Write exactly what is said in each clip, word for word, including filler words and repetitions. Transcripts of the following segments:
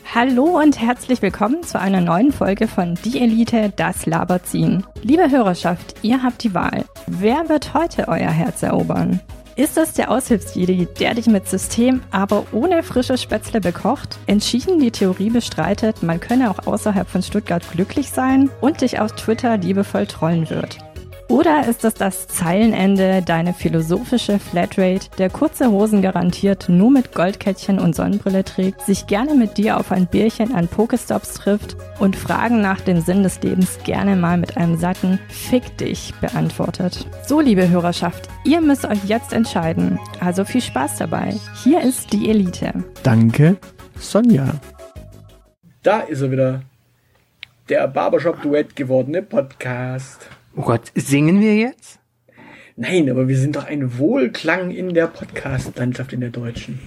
Hallo und herzlich willkommen zu einer neuen Folge von Die Elite, das Laberziehen. Liebe Hörerschaft, ihr habt die Wahl. Wer wird heute euer Herz erobern? Ist es der Aushilfsjedi, der dich mit System, aber ohne frische Spätzle bekocht, entschieden die Theorie bestreitet, man könne auch außerhalb von Stuttgart glücklich sein und dich auf Twitter liebevoll trollen wird? Oder ist es das Zeilenende, deine philosophische Flatrate, der kurze Hosen garantiert nur mit Goldkettchen und Sonnenbrille trägt, sich gerne mit dir auf ein Bierchen an Pokestops trifft und Fragen nach dem Sinn des Lebens gerne mal mit einem satten Fick dich beantwortet? So, liebe Hörerschaft, ihr müsst euch jetzt entscheiden. Also viel Spaß dabei. Hier ist die Elite. Danke, Sonja. Da ist er wieder. Der Barbershop-Duett gewordene Podcast. Oh Gott, singen wir jetzt? Nein, aber wir sind doch ein Wohlklang in der Podcast-Landschaft in der deutschen.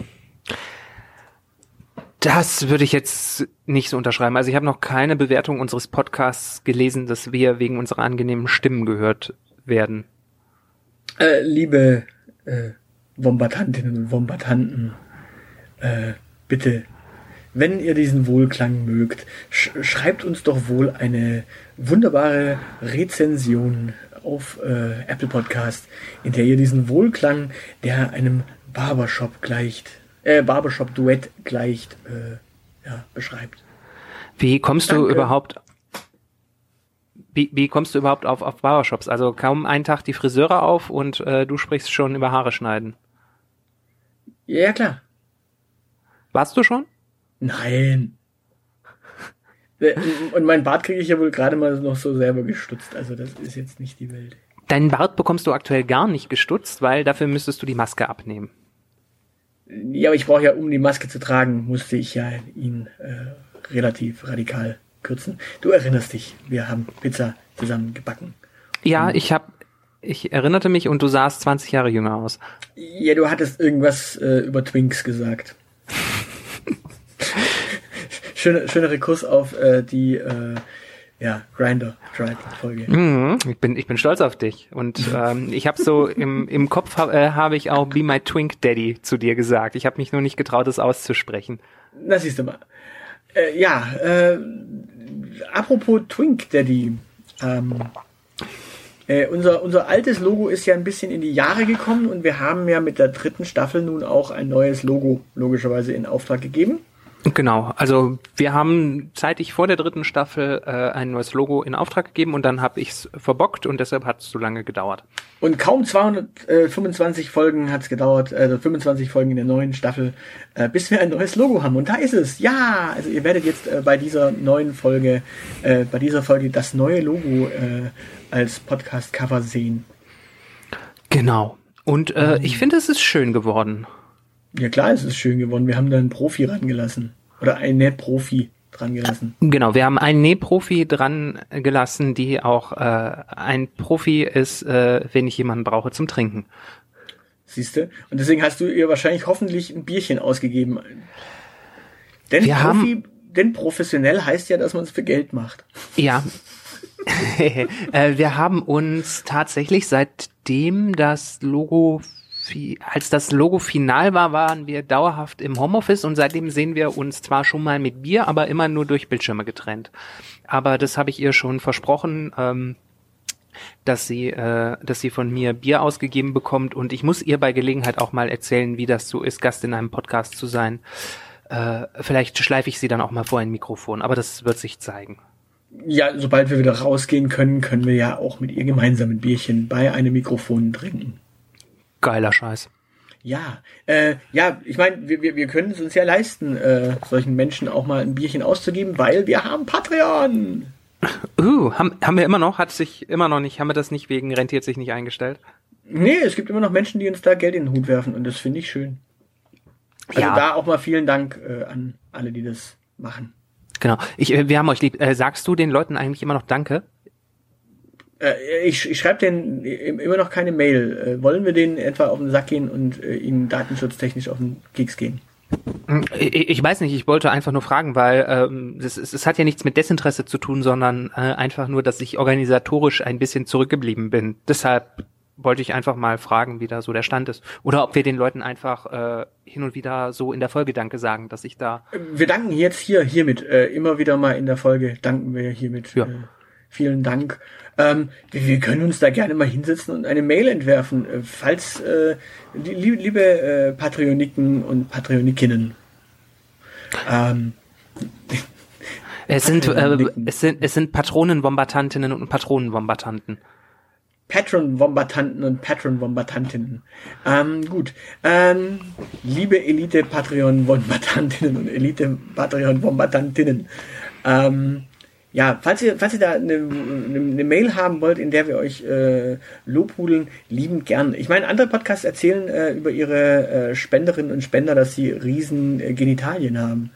Das würde ich jetzt nicht so unterschreiben. Also ich habe noch keine Bewertung unseres Podcasts gelesen, dass wir wegen unserer angenehmen Stimmen gehört werden. Äh, liebe äh, Wombatantinnen und Wombatanten, äh, bitte, wenn ihr diesen Wohlklang mögt, sch- schreibt uns doch wohl eine wunderbare Rezension auf äh, Apple Podcast, in der ihr diesen Wohlklang, der einem Barbershop gleicht, äh, Barbershop-Duett gleicht, äh, ja, beschreibt. Wie kommst Danke. du überhaupt, wie, wie kommst du überhaupt auf, auf Barbershops? Also kaum einen Tag die Friseure auf und äh, du sprichst schon über Haare schneiden. Ja, ja, klar. Warst du schon? Nein. Und mein Bart kriege ich ja wohl gerade mal noch so selber gestutzt. Also das ist jetzt nicht die Welt. Deinen Bart bekommst du aktuell gar nicht gestutzt, weil dafür müsstest du die Maske abnehmen. Ja, aber ich brauche ja, um die Maske zu tragen, musste ich ja ihn äh, relativ radikal kürzen. Du erinnerst dich, wir haben Pizza zusammen gebacken. Ja, ich hab, ich erinnerte mich und du sahst zwanzig Jahre jünger aus. Ja, du hattest irgendwas äh, über Twinks gesagt. Schöne, schöner Rekurs auf äh, die äh, ja, Grindr-Tribe-Folge. Mhm, ich bin ich bin stolz auf dich und ähm, ich habe so im im Kopf ha, äh, habe ich auch Be My Twink Daddy zu dir gesagt. Ich habe mich nur nicht getraut, das auszusprechen. Na, siehst du mal. Äh, ja, äh, apropos Twink Daddy. Ähm, äh, unser unser altes Logo ist ja ein bisschen in die Jahre gekommen und wir haben ja mit der dritten Staffel nun auch ein neues Logo logischerweise in Auftrag gegeben. Genau, also wir haben zeitig vor der dritten Staffel äh, ein neues Logo in Auftrag gegeben und dann habe ich es verbockt und deshalb hat es so lange gedauert. Und kaum zweihundertfünfundzwanzig Folgen hat es gedauert, also fünfundzwanzig Folgen in der neuen Staffel, äh, bis wir ein neues Logo haben. Und da ist es, ja! Also ihr werdet jetzt äh, bei dieser neuen Folge, äh, bei dieser Folge das neue Logo äh, als Podcast-Cover sehen. Genau, und äh, ich finde, es ist schön geworden. Ja klar, es ist schön geworden. Wir haben da einen Profi rangelassen. Oder einen Profi dran gelassen. Genau, wir haben einen Nähprofi dran gelassen, die auch äh, ein Profi ist, äh, wenn ich jemanden brauche zum Trinken. Siehste? Und deswegen hast du ihr wahrscheinlich hoffentlich ein Bierchen ausgegeben. Denn wir Profi, haben, denn professionell heißt ja, dass man es für Geld macht. Ja. äh, wir haben uns tatsächlich, seitdem das Logo Als das Logo final war, waren wir dauerhaft im Homeoffice und seitdem sehen wir uns zwar schon mal mit Bier, aber immer nur durch Bildschirme getrennt. Aber das habe ich ihr schon versprochen, ähm, dass sie, äh, dass sie von mir Bier ausgegeben bekommt und ich muss ihr bei Gelegenheit auch mal erzählen, wie das so ist, Gast in einem Podcast zu sein. Äh, vielleicht schleife ich sie dann auch mal vor ein Mikrofon, aber das wird sich zeigen. Ja, sobald wir wieder rausgehen können, können wir ja auch mit ihr gemeinsam ein Bierchen bei einem Mikrofon trinken. Geiler Scheiß. Ja, äh, ja, ich meine, wir, wir, wir können es uns ja leisten, äh, solchen Menschen auch mal ein Bierchen auszugeben, weil wir haben Patreon. Uh, haben, haben wir immer noch? Hat sich immer noch nicht, haben wir das nicht wegen rentiert sich nicht eingestellt? Nee, es gibt immer noch Menschen, die uns da Geld in den Hut werfen und das finde ich schön. Also ja. Da auch mal vielen Dank äh, an alle, die das machen. Genau. Ich, äh, wir haben euch lieb. Äh, sagst du den Leuten eigentlich immer noch Danke? Äh, ich ich schreibe denen immer noch keine Mail. Äh, wollen wir denen etwa auf den Sack gehen und äh, ihnen datenschutztechnisch auf den Keks gehen? Ich, ich weiß nicht, ich wollte einfach nur fragen, weil ähm, es, es, es hat ja nichts mit Desinteresse zu tun, sondern äh, einfach nur, dass ich organisatorisch ein bisschen zurückgeblieben bin. Deshalb wollte ich einfach mal fragen, wie da so der Stand ist. Oder ob wir den Leuten einfach äh, hin und wieder so in der Folge Danke sagen, dass ich da... Wir danken jetzt hier, hiermit, äh, immer wieder mal in der Folge danken wir hiermit. Ja. Äh, vielen Dank. Ähm, wir, wir können uns da gerne mal hinsetzen und eine Mail entwerfen, äh, falls äh, die, liebe äh, Patreoniken und Patreonikinnen. Ähm, es sind äh, es sind es sind Patronenwombatantinnen und Patronenwombatanten. Patron-Wombatanten und Patron-Wombatantinnen. Ähm, gut. Ähm, liebe Elite-Patreon-Wombatantinnen und Elite-Patreon-Wombatantinnen. Ähm, ja, falls ihr, falls ihr da eine, eine Mail haben wollt, in der wir euch äh, lobhudeln, liebend gern. Ich meine, andere Podcasts erzählen äh, über ihre äh, Spenderinnen und Spender, dass sie riesen äh, Genitalien haben.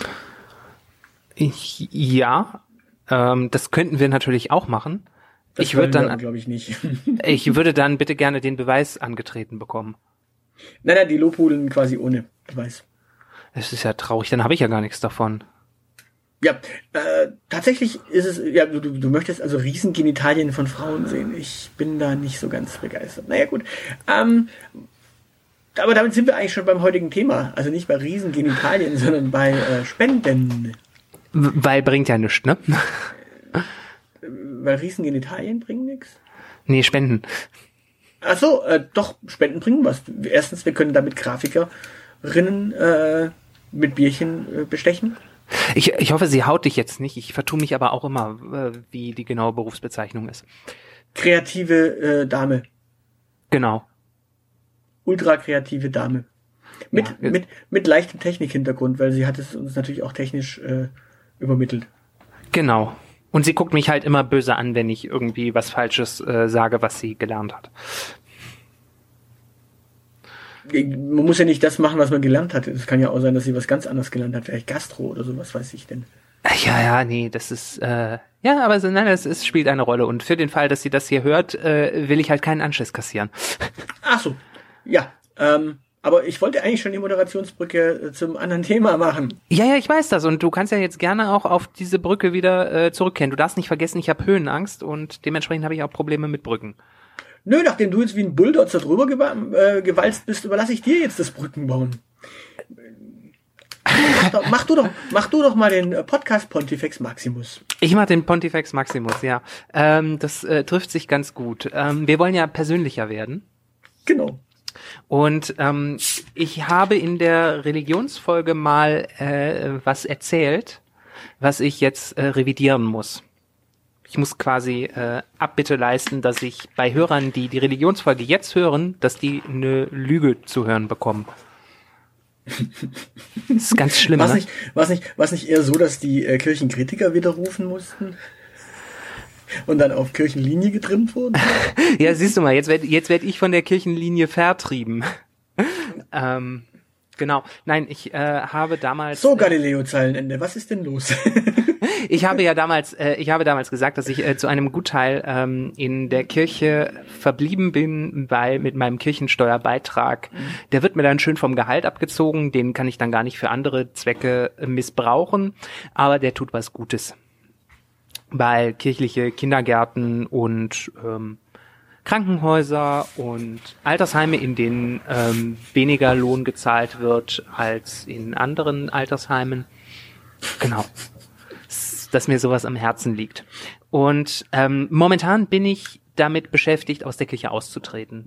Ich, ja, ähm, das könnten wir natürlich auch machen. Das ich würde dann, glaube ich nicht. ich würde dann bitte gerne den Beweis angetreten bekommen. Nein, nein, die lobhudeln quasi ohne Beweis. Es ist ja traurig, dann habe ich ja gar nichts davon. Ja, äh, tatsächlich ist es, ja, du, du möchtest also Riesengenitalien von Frauen sehen. Ich bin da nicht so ganz begeistert. Naja, gut. Ähm, aber damit sind wir eigentlich schon beim heutigen Thema. Also nicht bei Riesengenitalien, sondern bei äh, Spenden. Weil bringt ja nichts, ne? Weil Riesengenitalien bringen nichts? Nee, Spenden. Ach so, äh, doch, Spenden bringen was. Erstens, wir können damit Grafikerinnen äh, mit Bierchen äh, bestechen. Ich, ich hoffe, sie haut dich jetzt nicht. Ich vertue mich aber auch immer, äh, wie die genaue Berufsbezeichnung ist. Kreative äh, Dame. Genau. Ultra kreative Dame. Mit, Ja. mit, mit leichtem Technikhintergrund, weil sie hat es uns natürlich auch technisch äh, übermittelt. Genau. Und sie guckt mich halt immer böse an, wenn ich irgendwie was Falsches äh, sage, was sie gelernt hat. Man muss ja nicht das machen, was man gelernt hat. Es kann ja auch sein, dass sie was ganz anderes gelernt hat, vielleicht Gastro oder so, was weiß ich denn. Ja, ja, nee, das ist, äh, ja, aber so, nein, das ist, spielt eine Rolle. Und für den Fall, dass sie das hier hört, äh, will ich halt keinen Anschiss kassieren. Ach so, ja, ähm, aber ich wollte eigentlich schon die Moderationsbrücke zum anderen Thema machen. Ja, ja, ich weiß das. Und du kannst ja jetzt gerne auch auf diese Brücke wieder äh, zurückkehren. Du darfst nicht vergessen, ich habe Höhenangst und dementsprechend habe ich auch Probleme mit Brücken. Nö, nachdem du jetzt wie ein Bulldozer drüber gewa- äh, gewalzt bist, überlasse ich dir jetzt das Brückenbauen. Mach, doch, mach, du doch, mach du doch mal den äh, Podcast Pontifex Maximus. Ich mache den Pontifex Maximus, ja. Ähm, das äh, trifft sich ganz gut. Ähm, wir wollen ja persönlicher werden. Genau. Und ähm, ich habe in der Religionsfolge mal äh, was erzählt, was ich jetzt äh, revidieren muss. Ich muss quasi äh, Abbitte leisten, dass ich bei Hörern, die die Religionsfolge jetzt hören, dass die eine Lüge zu hören bekommen. Das ist ganz schlimm, Was ne? nicht, was nicht, was nicht eher so, dass die äh, Kirchenkritiker widerrufen mussten und dann auf Kirchenlinie getrimmt wurden? Ja, siehst du mal, jetzt werd, jetzt werd ich von der Kirchenlinie vertrieben. ähm, genau. Nein, ich äh, habe damals... So, Galileo-Zeilenende, was ist denn los? Ich habe ja damals, äh, ich habe damals gesagt, dass ich äh, zu einem Gutteil ähm, in der Kirche verblieben bin, weil mit meinem Kirchensteuerbeitrag, mhm. der wird mir dann schön vom Gehalt abgezogen, den kann ich dann gar nicht für andere Zwecke äh, missbrauchen, aber der tut was Gutes. Weil kirchliche Kindergärten und ähm, Krankenhäuser und Altersheime, in denen ähm, weniger Lohn gezahlt wird als in anderen Altersheimen. Genau. Dass mir sowas am Herzen liegt. Und ähm, momentan bin ich damit beschäftigt, aus der Kirche auszutreten.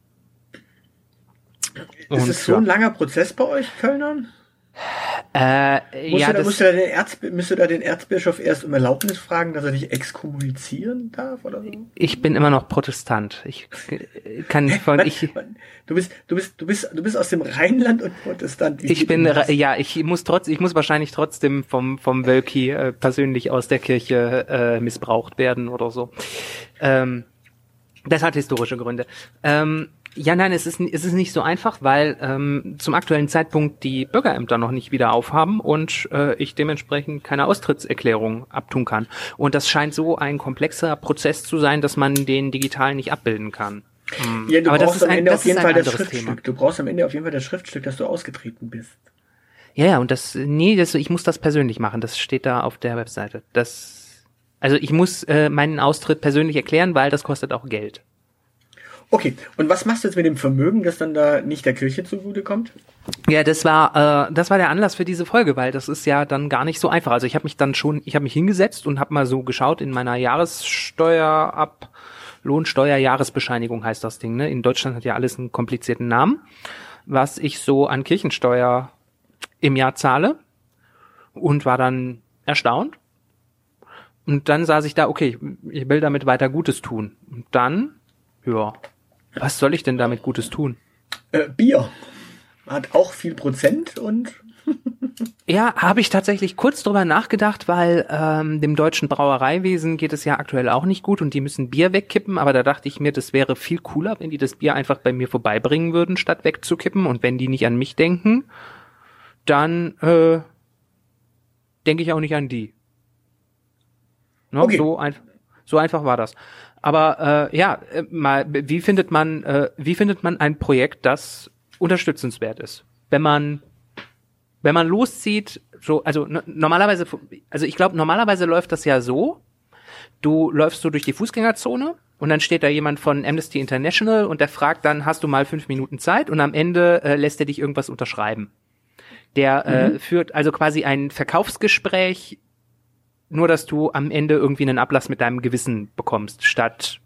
Ist Und, es so ja. ein langer Prozess bei euch, Kölnern? Äh, Musst, ja, du da, das, musst, du da den Erz, musst du da den Erzbischof erst um Erlaubnis fragen, dass er dich exkommunizieren darf oder so? ich bin immer noch Protestant. Ich kann von Man, ich man, du bist du bist du bist du bist aus dem Rheinland und Protestant. Wie ich geht bin denn das? ja ich muss trotz ich muss wahrscheinlich trotzdem vom vom Wölki äh, persönlich aus der Kirche äh, missbraucht werden oder so. Ähm, das hat historische Gründe. Ähm, Ja, nein, es ist, es ist nicht so einfach, weil ähm, zum aktuellen Zeitpunkt die Bürgerämter noch nicht wieder aufhaben und äh, ich dementsprechend keine Austrittserklärung abtun kann. Und das scheint so ein komplexer Prozess zu sein, dass man den digital nicht abbilden kann. Ja, du Aber brauchst das ist am ein, Ende das auf jeden ist Fall ein das anderes Schriftstück. Thema. Du brauchst am Ende auf jeden Fall das Schriftstück, dass du ausgetreten bist. Ja, ja, und das, nee, das, ich muss das persönlich machen. Das steht da auf der Webseite. Das, also ich muss äh, meinen Austritt persönlich erklären, weil das kostet auch Geld. Okay, und was machst du jetzt mit dem Vermögen, das dann da nicht der Kirche zugutekommt? Ja, das war äh, das war der Anlass für diese Folge, weil das ist ja dann gar nicht so einfach. Also ich habe mich dann schon, ich habe mich hingesetzt und habe mal so geschaut in meiner Jahressteuer ab Lohnsteuer Jahresbescheinigung heißt das Ding, ne? In Deutschland hat ja alles einen komplizierten Namen, was ich so an Kirchensteuer im Jahr zahle und war dann erstaunt. Und dann saß ich da, okay, ich will damit weiter Gutes tun. Und dann, ja, was soll ich denn damit Gutes tun? Äh, Bier. Hat auch viel Prozent und... Ja, habe ich tatsächlich kurz drüber nachgedacht, weil ähm, dem deutschen Brauereiwesen geht es ja aktuell auch nicht gut und die müssen Bier wegkippen, aber da dachte ich mir, das wäre viel cooler, wenn die das Bier einfach bei mir vorbeibringen würden, statt wegzukippen. Und wenn die nicht an mich denken, dann äh, denke ich auch nicht an die. No, okay. So, ein, so einfach war das. Aber äh, ja, äh, mal, wie findet man, äh, wie findet man ein Projekt, das unterstützenswert ist, wenn man wenn man loszieht, so, also n- normalerweise, also ich glaube, normalerweise läuft das ja so, du läufst so durch die Fußgängerzone und dann steht da jemand von Amnesty International und der fragt dann, hast du mal fünf Minuten Zeit? Und am Ende äh, lässt er dich irgendwas unterschreiben. Der mhm. äh, führt also quasi ein Verkaufsgespräch, nur dass du am Ende irgendwie einen Ablass mit deinem Gewissen bekommst, statt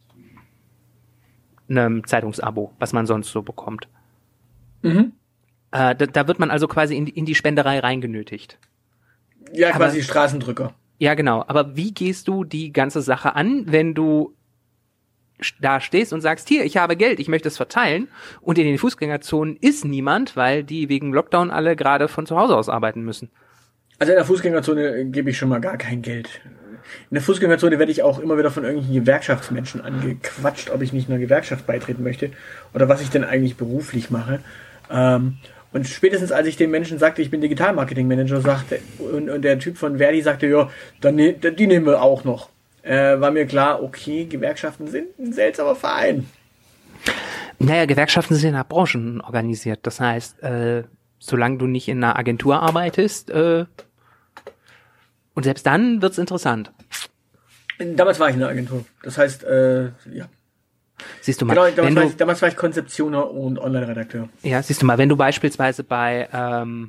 einem Zeitungsabo, was man sonst so bekommt. Mhm. Äh, da, da wird man also quasi in die, in die Spenderei reingenötigt. Ja, quasi aber, Straßendrücker. Ja, genau. Aber wie gehst du die ganze Sache an, wenn du da stehst und sagst, hier, ich habe Geld, ich möchte es verteilen und in den Fußgängerzonen ist niemand, weil die wegen Lockdown alle gerade von zu Hause aus arbeiten müssen? Also in der Fußgängerzone gebe ich schon mal gar kein Geld. In der Fußgängerzone werde ich auch immer wieder von irgendwelchen Gewerkschaftsmenschen angequatscht, ob ich nicht einer Gewerkschaft beitreten möchte oder was ich denn eigentlich beruflich mache. Ähm, Und spätestens als ich den Menschen sagte, ich bin Digital-Marketing-Manager, sagte, und, und der Typ von Verdi sagte, ja, dann ne, die nehmen wir auch noch. Äh, war mir klar, okay, Gewerkschaften sind ein seltsamer Verein. Naja, Gewerkschaften sind in der Branche organisiert. Das heißt, äh, solange du nicht in einer Agentur arbeitest, äh, und selbst dann wird's interessant. Damals war ich in einer Agentur. Das heißt, äh, ja. Siehst du mal, genau, damals, wenn war du, ich, damals war ich Konzeptioner und Online-Redakteur. Ja, siehst du mal, wenn du beispielsweise bei ähm,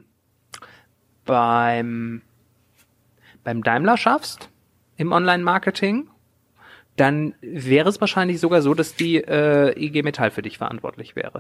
beim beim Daimler schaffst im Online-Marketing, dann wäre es wahrscheinlich sogar so, dass die äh, I G Metall für dich verantwortlich wäre.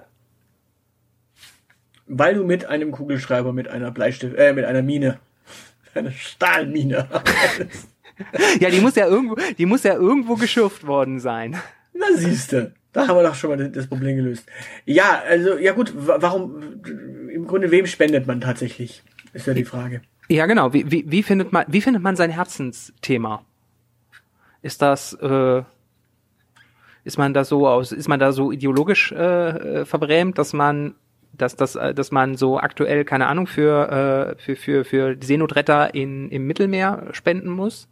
Weil du mit einem Kugelschreiber, mit einer Bleistift, äh, mit einer Mine, einer Stahlmine. Ja, die muss ja irgendwo, die muss ja irgendwo geschürft worden sein. Na siehste, da haben wir doch schon mal das Problem gelöst. Ja, also, ja gut, warum, im Grunde, wem spendet man tatsächlich, ist ja die Frage. Ja, genau, wie, wie, wie findet man, wie findet man sein Herzensthema? Ist das, äh, ist man da so aus, ist man da so ideologisch äh, verbrämt, dass man, dass, dass, dass man so aktuell, keine Ahnung, für, äh, für, für, für Seenotretter in, im Mittelmeer spenden muss?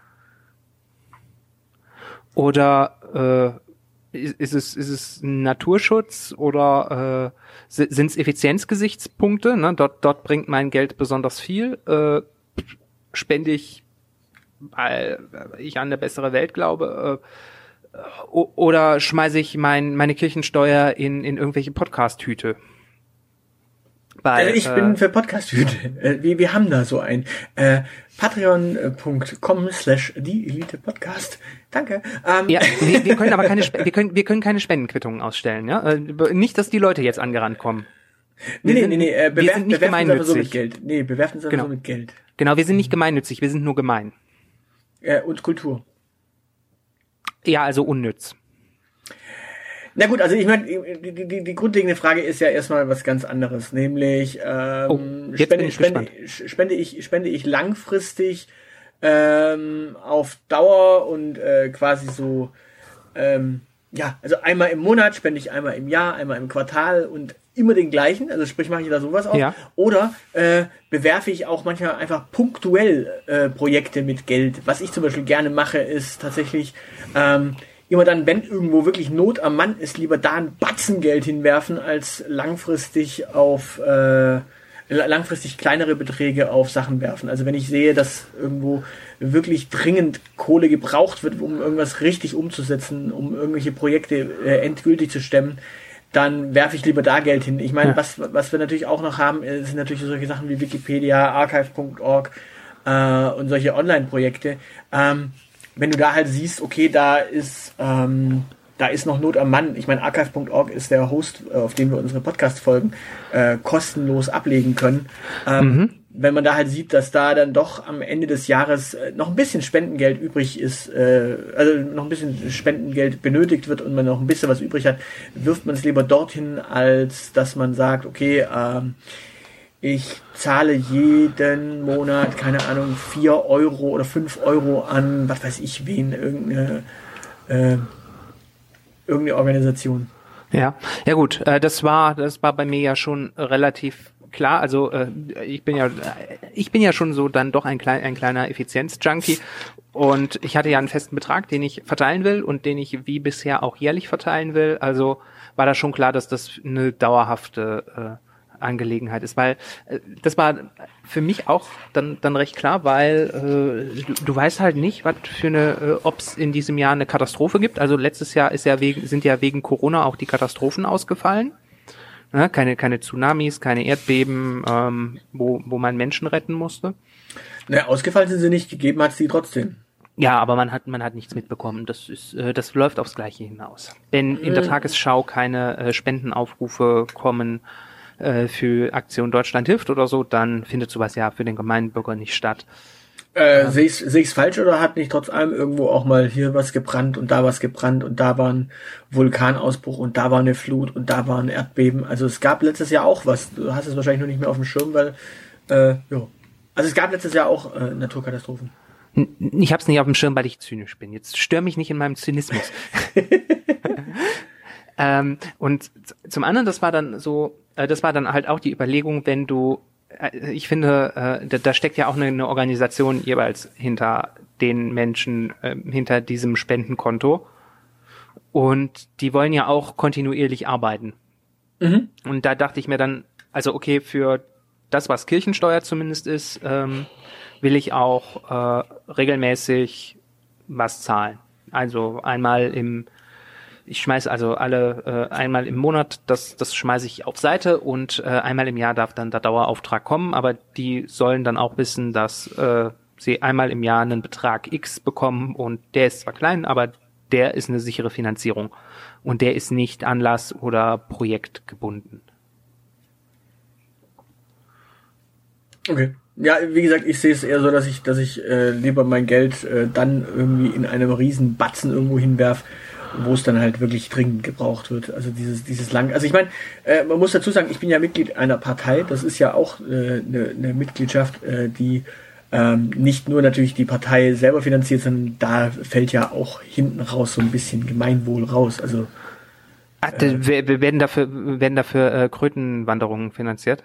Oder äh, ist es ist es Naturschutz oder äh, sind es Effizienzgesichtspunkte? Ne? Dort dort bringt mein Geld besonders viel. Äh, spende ich, weil ich an eine bessere Welt glaube? Äh, oder schmeiße ich mein meine Kirchensteuer in in irgendwelche Podcast-Hüte? Weil, also ich äh, bin für Podcast-Hüte. Wir, wir haben da so ein äh, patreon punkt com slash die Elite Podcast. Danke. Ähm. Ja, wir, wir können aber keine Sp- wir können wir können keine Spendenquittungen ausstellen, ja? Äh, nicht, dass die Leute jetzt angerannt kommen. Nee, nee, nee, nee, äh, bewerf, wir sind nicht bewerfen uns gemeinnützig. so mit Geld. Nee, bewerfen uns genau. so mit Geld. Genau, wir sind nicht gemeinnützig, wir sind nur gemein. Äh, und Kultur. Ja, also unnütz. Na gut, also ich meine, die, die, die grundlegende Frage ist ja erstmal was ganz anderes, nämlich ähm, oh, jetzt spende, bin ich spende, spende ich spende ich langfristig ähm, auf Dauer und äh, quasi so ähm, ja, also einmal im Monat spende ich einmal im Jahr, einmal im Quartal und immer den gleichen, also sprich mache ich da sowas auf, ja. Oder äh, bewerfe ich auch manchmal einfach punktuell äh, Projekte mit Geld. Was ich zum Beispiel gerne mache, ist tatsächlich ähm, immer dann, wenn irgendwo wirklich Not am Mann ist, lieber da ein Batzen Geld hinwerfen, als langfristig auf äh, langfristig kleinere Beträge auf Sachen werfen. Also wenn ich sehe, dass irgendwo wirklich dringend Kohle gebraucht wird, um irgendwas richtig umzusetzen, um irgendwelche Projekte äh, endgültig zu stemmen, dann werfe ich lieber da Geld hin. Ich meine, ja. was was wir natürlich auch noch haben, sind natürlich solche Sachen wie Wikipedia, archive punkt org äh, und solche Online-Projekte. Ähm, wenn du da halt siehst, okay, da ist ähm, da ist noch Not am Mann. Ich meine, archive punkt org ist der Host, auf dem wir unsere Podcast-Folgen äh, kostenlos ablegen können. Ähm, mhm. Wenn man da halt sieht, dass da dann doch am Ende des Jahres äh, noch ein bisschen Spendengeld übrig ist, äh, also noch ein bisschen Spendengeld benötigt wird und man noch ein bisschen was übrig hat, wirft man es lieber dorthin, als dass man sagt, okay, ähm, ich zahle jeden Monat, keine Ahnung, vier Euro oder fünf Euro an, was weiß ich wen, irgendeine äh, irgendeine Organisation. Ja, ja gut, äh, das war das war bei mir ja schon relativ klar. Also äh, ich bin ja ich bin ja schon so dann doch ein klein ein kleiner Effizienz-Junkie und ich hatte ja einen festen Betrag, den ich verteilen will und den ich wie bisher auch jährlich verteilen will. Also war da schon klar, dass das eine dauerhafte äh, Angelegenheit ist, weil äh, das war für mich auch dann dann recht klar, weil äh, du, du weißt halt nicht, was für eine, äh, ob es in diesem Jahr eine Katastrophe gibt. Also letztes Jahr ist ja wegen sind ja wegen Corona auch die Katastrophen ausgefallen. Ja, keine keine Tsunamis, keine Erdbeben, ähm, wo wo man Menschen retten musste. Naja, ausgefallen sind sie nicht, gegeben hat sie trotzdem. Ja, aber man hat man hat nichts mitbekommen. Das ist äh, das läuft aufs Gleiche hinaus. Wenn in der Tagesschau keine äh, Spendenaufrufe kommen für Aktion Deutschland hilft oder so, dann findet sowas ja für den gemeinen Bürger nicht statt. Äh, sehe ich sehe ich's falsch oder hat nicht trotz allem irgendwo auch mal hier was gebrannt und da was gebrannt und da war ein Vulkanausbruch und da war eine Flut und da war ein Erdbeben? Also es gab letztes Jahr auch was. Du hast es wahrscheinlich noch nicht mehr auf dem Schirm, weil äh, ja. Also es gab letztes Jahr auch äh, Naturkatastrophen. Ich hab's nicht auf dem Schirm, weil ich zynisch bin. Jetzt stör mich nicht in meinem Zynismus. ähm, und zum anderen, das war dann so das war dann halt auch die Überlegung, wenn du, ich finde, da, da steckt ja auch eine, eine Organisation jeweils hinter den Menschen, äh, hinter diesem Spendenkonto. Und die wollen ja auch kontinuierlich arbeiten. Mhm. Und da dachte ich mir dann, also okay, für das, was Kirchensteuer zumindest ist, ähm, will ich auch äh, regelmäßig was zahlen. Also einmal im Ich schmeiß also alle äh, einmal im Monat, das das schmeiße ich auf Seite und äh, einmal im Jahr darf dann der Dauerauftrag kommen, aber die sollen dann auch wissen, dass äh, sie einmal im Jahr einen Betrag X bekommen und der ist zwar klein, aber der ist eine sichere Finanzierung und der ist nicht anlass- oder projektgebunden. Okay. Ja, wie gesagt, ich sehe es eher so, dass ich dass ich äh, lieber mein Geld äh, dann irgendwie in einem riesen Batzen irgendwo hinwerf, wo es dann halt wirklich dringend gebraucht wird. Also dieses dieses lang. Also ich meine, äh, man muss dazu sagen, ich bin ja Mitglied einer Partei. Das ist ja auch eine äh, ne, ne Mitgliedschaft, äh, die ähm, nicht nur natürlich die Partei selber finanziert, sondern da fällt ja auch hinten raus so ein bisschen Gemeinwohl raus. Also Ach, äh, werden dafür werden dafür äh, Krötenwanderungen finanziert?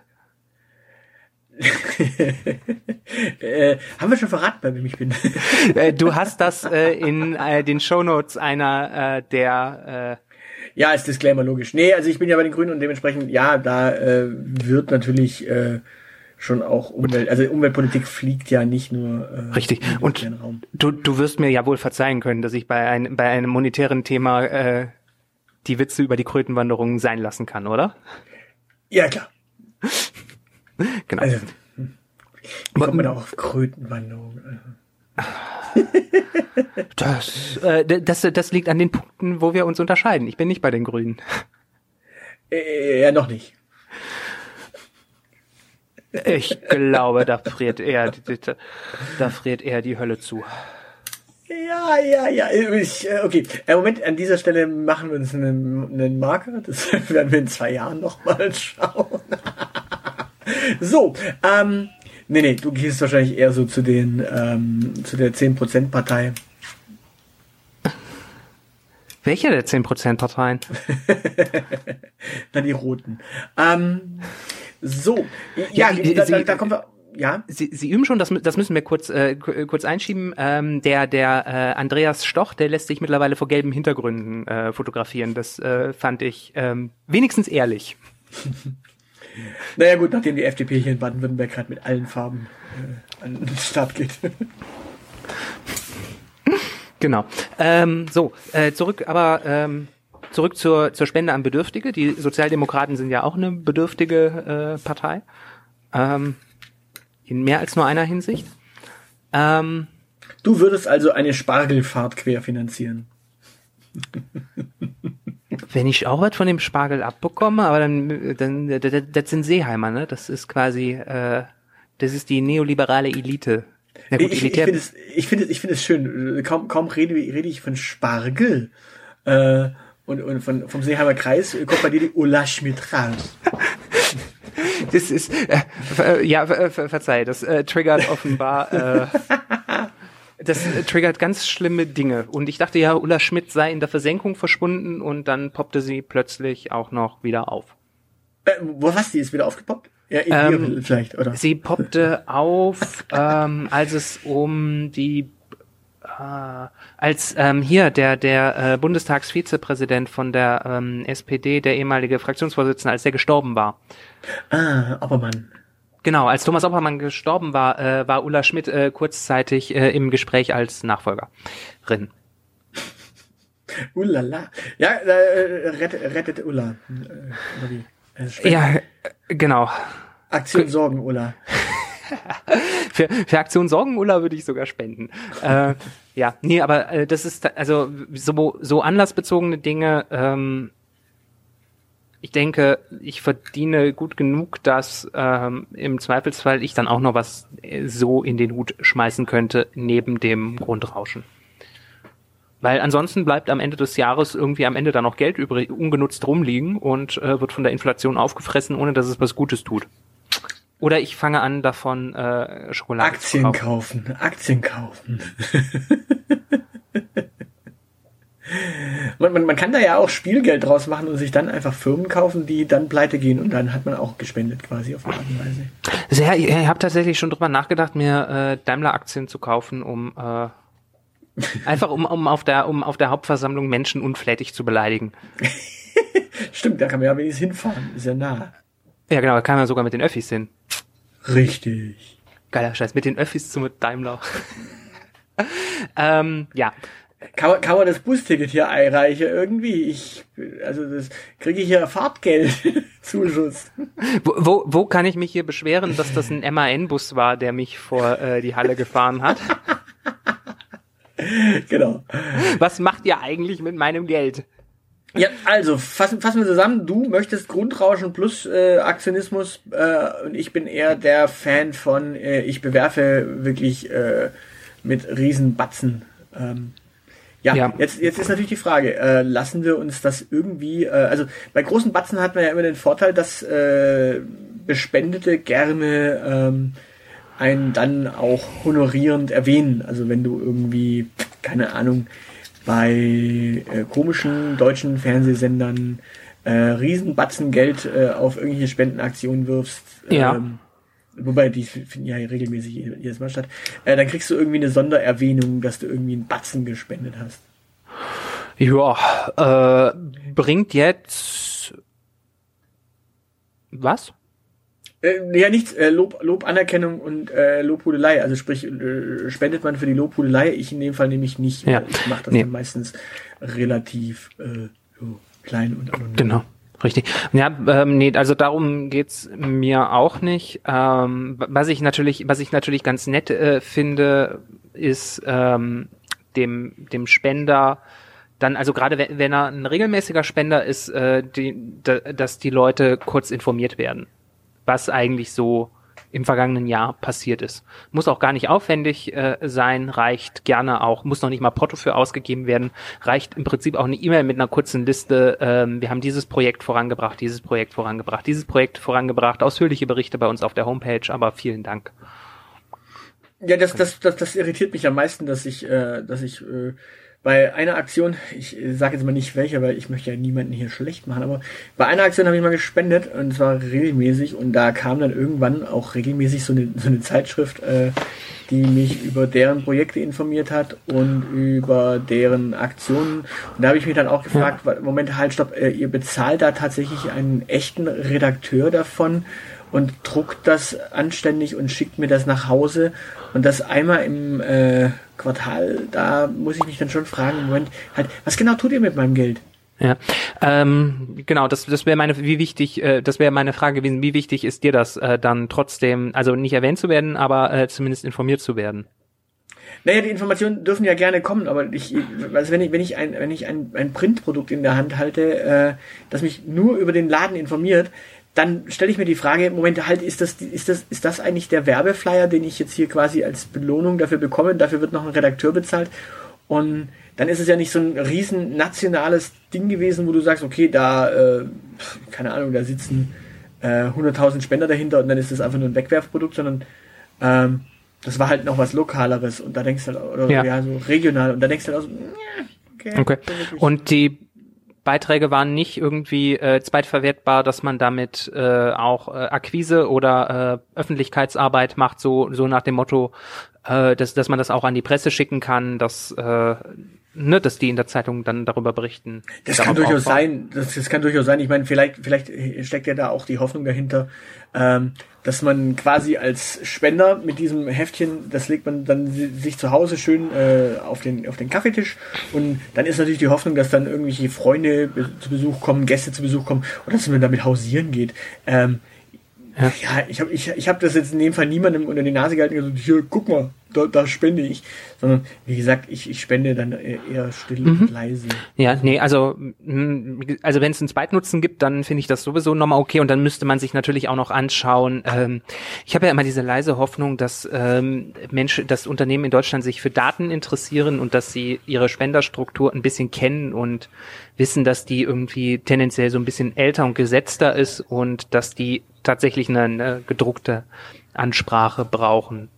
äh, haben wir schon verraten, bei wem ich bin? äh, du hast das äh, in äh, den Shownotes einer äh, der äh Ja, ist Disclaimer logisch. Nee, also ich bin ja bei den Grünen und dementsprechend, ja, da äh, wird natürlich äh, schon auch Umwelt, also Umweltpolitik fliegt ja nicht nur äh, richtig. Und Raum. du du wirst mir ja wohl verzeihen können, dass ich bei einem bei einem monetären Thema äh, die Witze über die Krötenwanderungen sein lassen kann, oder? Ja, klar. Genau. Also, wie kommt man da auf Krötenwanderung? Das, äh, das, das liegt an den Punkten, wo wir uns unterscheiden. Ich bin nicht bei den Grünen. Äh, ja, noch nicht. Ich glaube, da friert eher, da friert eher die Hölle zu. Ja, ja, ja. Ich, okay, Moment, an dieser Stelle machen wir uns einen, einen Marker. Das werden wir in zwei Jahren nochmal schauen. So, ähm, nee, nee, du gehst wahrscheinlich eher so zu den, ähm, zu der zehn Prozent Partei. Welche der zehn Prozent Parteien? Na, die Roten. Ähm, so, ja, ja da, da, da kommen wir, ja. Sie, Sie üben schon, das, das müssen wir kurz, äh, kurz einschieben. Ähm, der, der, äh, Andreas Stoch, der lässt sich mittlerweile vor gelben Hintergründen, äh, fotografieren. Das, äh, fand ich, ähm, wenigstens ehrlich. Naja gut, nachdem die F D P hier in Baden-Württemberg gerade mit allen Farben äh, an den Start geht. Genau. Ähm, so, äh, zurück, aber ähm, zurück zur, zur Spende an Bedürftige. Die Sozialdemokraten sind ja auch eine bedürftige äh, Partei. Ähm, in mehr als nur einer Hinsicht. Ähm, du würdest also eine Spargelfahrt querfinanzieren. Wenn ich auch was von dem Spargel abbekomme, aber dann, dann das, das sind Seeheimer, ne? Das ist quasi, äh, das ist die neoliberale Elite. Ja, gut, ich ich finde es, ich finde, ich finde es schön. Kaum, kaum rede, rede ich von Spargel äh, und, und von vom Seeheimer Kreis kommt bei dir die Ulla Schmidt raus. Das ist, äh, ja, äh, verzeih, das äh, triggert offenbar. Äh, Das äh, triggert ganz schlimme Dinge. Und ich dachte ja, Ulla Schmidt sei in der Versenkung verschwunden und dann poppte sie plötzlich auch noch wieder auf. Äh, wo was? Die ist wieder aufgepoppt? Ja, in ähm, ihr vielleicht, oder? Sie poppte auf, ähm, als es um die, äh, als ähm, hier der der äh, Bundestagsvizepräsident von der ähm, S P D, der ehemalige Fraktionsvorsitzende, als der gestorben war. Ah, Oppermann. Genau, als Thomas Oppermann gestorben war, äh, war Ulla Schmidt äh, kurzzeitig äh, im Gespräch als Nachfolgerin. Ullala. Ja, äh, rettet, rettet Ulla. Äh, wie? Äh, ja, äh, genau. Aktion Sorgen Ulla. für, für Aktion Sorgen Ulla würde ich sogar spenden. äh, ja, nee, aber äh, das ist also so, so anlassbezogene Dinge. Ähm, Ich denke, ich verdiene gut genug, dass ähm, im Zweifelsfall ich dann auch noch was so in den Hut schmeißen könnte, neben dem Grundrauschen. Weil ansonsten bleibt am Ende des Jahres irgendwie am Ende dann noch Geld übrig, ungenutzt rumliegen und äh, wird von der Inflation aufgefressen, ohne dass es was Gutes tut. Oder ich fange an, davon äh, Schokolade Aktien zu kaufen. kaufen. Aktien kaufen. Man, man, man kann da ja auch Spielgeld draus machen und sich dann einfach Firmen kaufen, die dann pleite gehen und dann hat man auch gespendet quasi auf eine Art und Weise. Also ja, ich, ich habe tatsächlich schon drüber nachgedacht, mir äh, Daimler-Aktien zu kaufen, um äh, einfach um, um auf der um auf der Hauptversammlung Menschen unflätig zu beleidigen. Stimmt, da kann man ja wenigstens hinfahren, ist ja nah. Ja genau, da kann man sogar mit den Öffis hin. Richtig. Geiler Scheiß, mit den Öffis zu mit Daimler. ähm, ja. Kann man, kann man das Busticket hier einreichen irgendwie? Ich, also das kriege ich hier Fahrtgeld-Zuschuss. Wo, wo, wo kann ich mich hier beschweren, dass das ein M A N-Bus war, der mich vor äh, die Halle gefahren hat? Genau. Was macht ihr eigentlich mit meinem Geld? Ja, also fassen, fassen wir zusammen. Du möchtest Grundrauschen plus äh, Aktionismus äh, und ich bin eher der Fan von, äh, ich bewerfe wirklich äh, mit Riesenbatzen. Ähm, Ja, ja, jetzt jetzt ist natürlich die Frage, äh, lassen wir uns das irgendwie, äh, also bei großen Batzen hat man ja immer den Vorteil, dass äh, Bespendete gerne ähm, einen dann auch honorierend erwähnen. Also wenn du irgendwie, keine Ahnung, bei äh, komischen deutschen Fernsehsendern äh, Riesenbatzen Geld äh, auf irgendwelche Spendenaktionen wirfst, ja. ähm, wobei die finden ja regelmäßig jedes Mal statt, äh, dann kriegst du irgendwie eine Sondererwähnung, dass du irgendwie einen Batzen gespendet hast. Ja, äh, bringt jetzt was? Äh, ja, nichts, äh, Lob, Lob, Anerkennung und äh, Lobhudelei. Also sprich, äh, spendet man für die Lobhudelei, ich in dem Fall nämlich nicht. Ja. Ich mache das nee. dann meistens relativ äh, so klein und anonym. Genau. Richtig. Ja, ähm, nee, also darum geht's mir auch nicht. Ähm, was ich natürlich, was ich natürlich ganz nett äh, finde, ist ähm, dem dem Spender dann, also gerade wenn, wenn er ein regelmäßiger Spender ist, äh, die, da, dass die Leute kurz informiert werden, was eigentlich so im vergangenen Jahr passiert ist. Muss auch gar nicht aufwendig äh, sein, reicht gerne auch, muss noch nicht mal Porto für ausgegeben werden, reicht im Prinzip auch eine E-Mail mit einer kurzen Liste, ähm, wir haben dieses Projekt vorangebracht, dieses Projekt vorangebracht, dieses Projekt vorangebracht, ausführliche Berichte bei uns auf der Homepage, aber vielen Dank. Ja, das, das, das, das irritiert mich am meisten, dass ich, äh, dass ich äh, bei einer Aktion, ich sage jetzt mal nicht welche, weil ich möchte ja niemanden hier schlecht machen, aber bei einer Aktion habe ich mal gespendet und zwar regelmäßig und da kam dann irgendwann auch regelmäßig so eine, so eine Zeitschrift, äh, die mich über deren Projekte informiert hat und über deren Aktionen. Und da habe ich mich dann auch gefragt, ja. Moment, halt, stopp, äh, ihr bezahlt da tatsächlich einen echten Redakteur davon und druckt das anständig und schickt mir das nach Hause und das einmal im äh, Quartal, da muss ich mich dann schon fragen, Moment, halt, was genau tut ihr mit meinem Geld? Ja, ähm, genau, das, das wäre meine, wie wichtig, äh, das wäre meine Frage gewesen, wie wichtig ist dir das äh, dann trotzdem, also nicht erwähnt zu werden, aber äh, zumindest informiert zu werden? Naja, die Informationen dürfen ja gerne kommen, aber ich, also wenn ich, wenn ich ein, wenn ich ein, ein Printprodukt in der Hand halte, äh, das mich nur über den Laden informiert, dann stelle ich mir die Frage, Moment, halt, ist das, ist das, ist das eigentlich der Werbeflyer, den ich jetzt hier quasi als Belohnung dafür bekomme? Dafür wird noch ein Redakteur bezahlt und dann ist es ja nicht so ein riesen nationales Ding gewesen, wo du sagst, okay, da, äh, keine Ahnung, da sitzen äh, hunderttausend Spender dahinter und dann ist das einfach nur ein Wegwerfprodukt, sondern ähm, das war halt noch was Lokaleres und da denkst du halt, oder ja. ja, so regional und da denkst du halt auch so, okay. okay. Und die Beiträge waren nicht irgendwie äh, zweitverwertbar, dass man damit äh, auch äh, Akquise oder äh, Öffentlichkeitsarbeit macht, so so nach dem Motto, äh, dass dass man das auch an die Presse schicken kann, dass äh, ne, dass die in der Zeitung dann darüber berichten. Das kann durchaus sein. Das, das kann durchaus sein. Ich meine, vielleicht vielleicht steckt ja da auch die Hoffnung dahinter, ähm, dass man quasi als Spender mit diesem Heftchen, das legt man dann sich zu Hause schön äh, auf den auf den Kaffeetisch und dann ist natürlich die Hoffnung, dass dann irgendwelche Freunde zu Besuch kommen, Gäste zu Besuch kommen und dass man damit hausieren geht. Ähm, ja. ja, ich habe ich, ich hab das jetzt in dem Fall niemandem unter die Nase gehalten und gesagt, hier, guck mal, da, da spende ich. Sondern, wie gesagt, ich, ich spende dann eher still mhm. und leise. Ja, nee, also also wenn es einen Zweitnutzen gibt, dann finde ich das sowieso nochmal okay und dann müsste man sich natürlich auch noch anschauen. Ähm, ich habe ja immer diese leise Hoffnung, dass ähm, Menschen, dass Unternehmen in Deutschland sich für Daten interessieren und dass sie ihre Spenderstruktur ein bisschen kennen und wissen, dass die irgendwie tendenziell so ein bisschen älter und gesetzter ist und dass die tatsächlich eine, eine gedruckte Ansprache brauchen.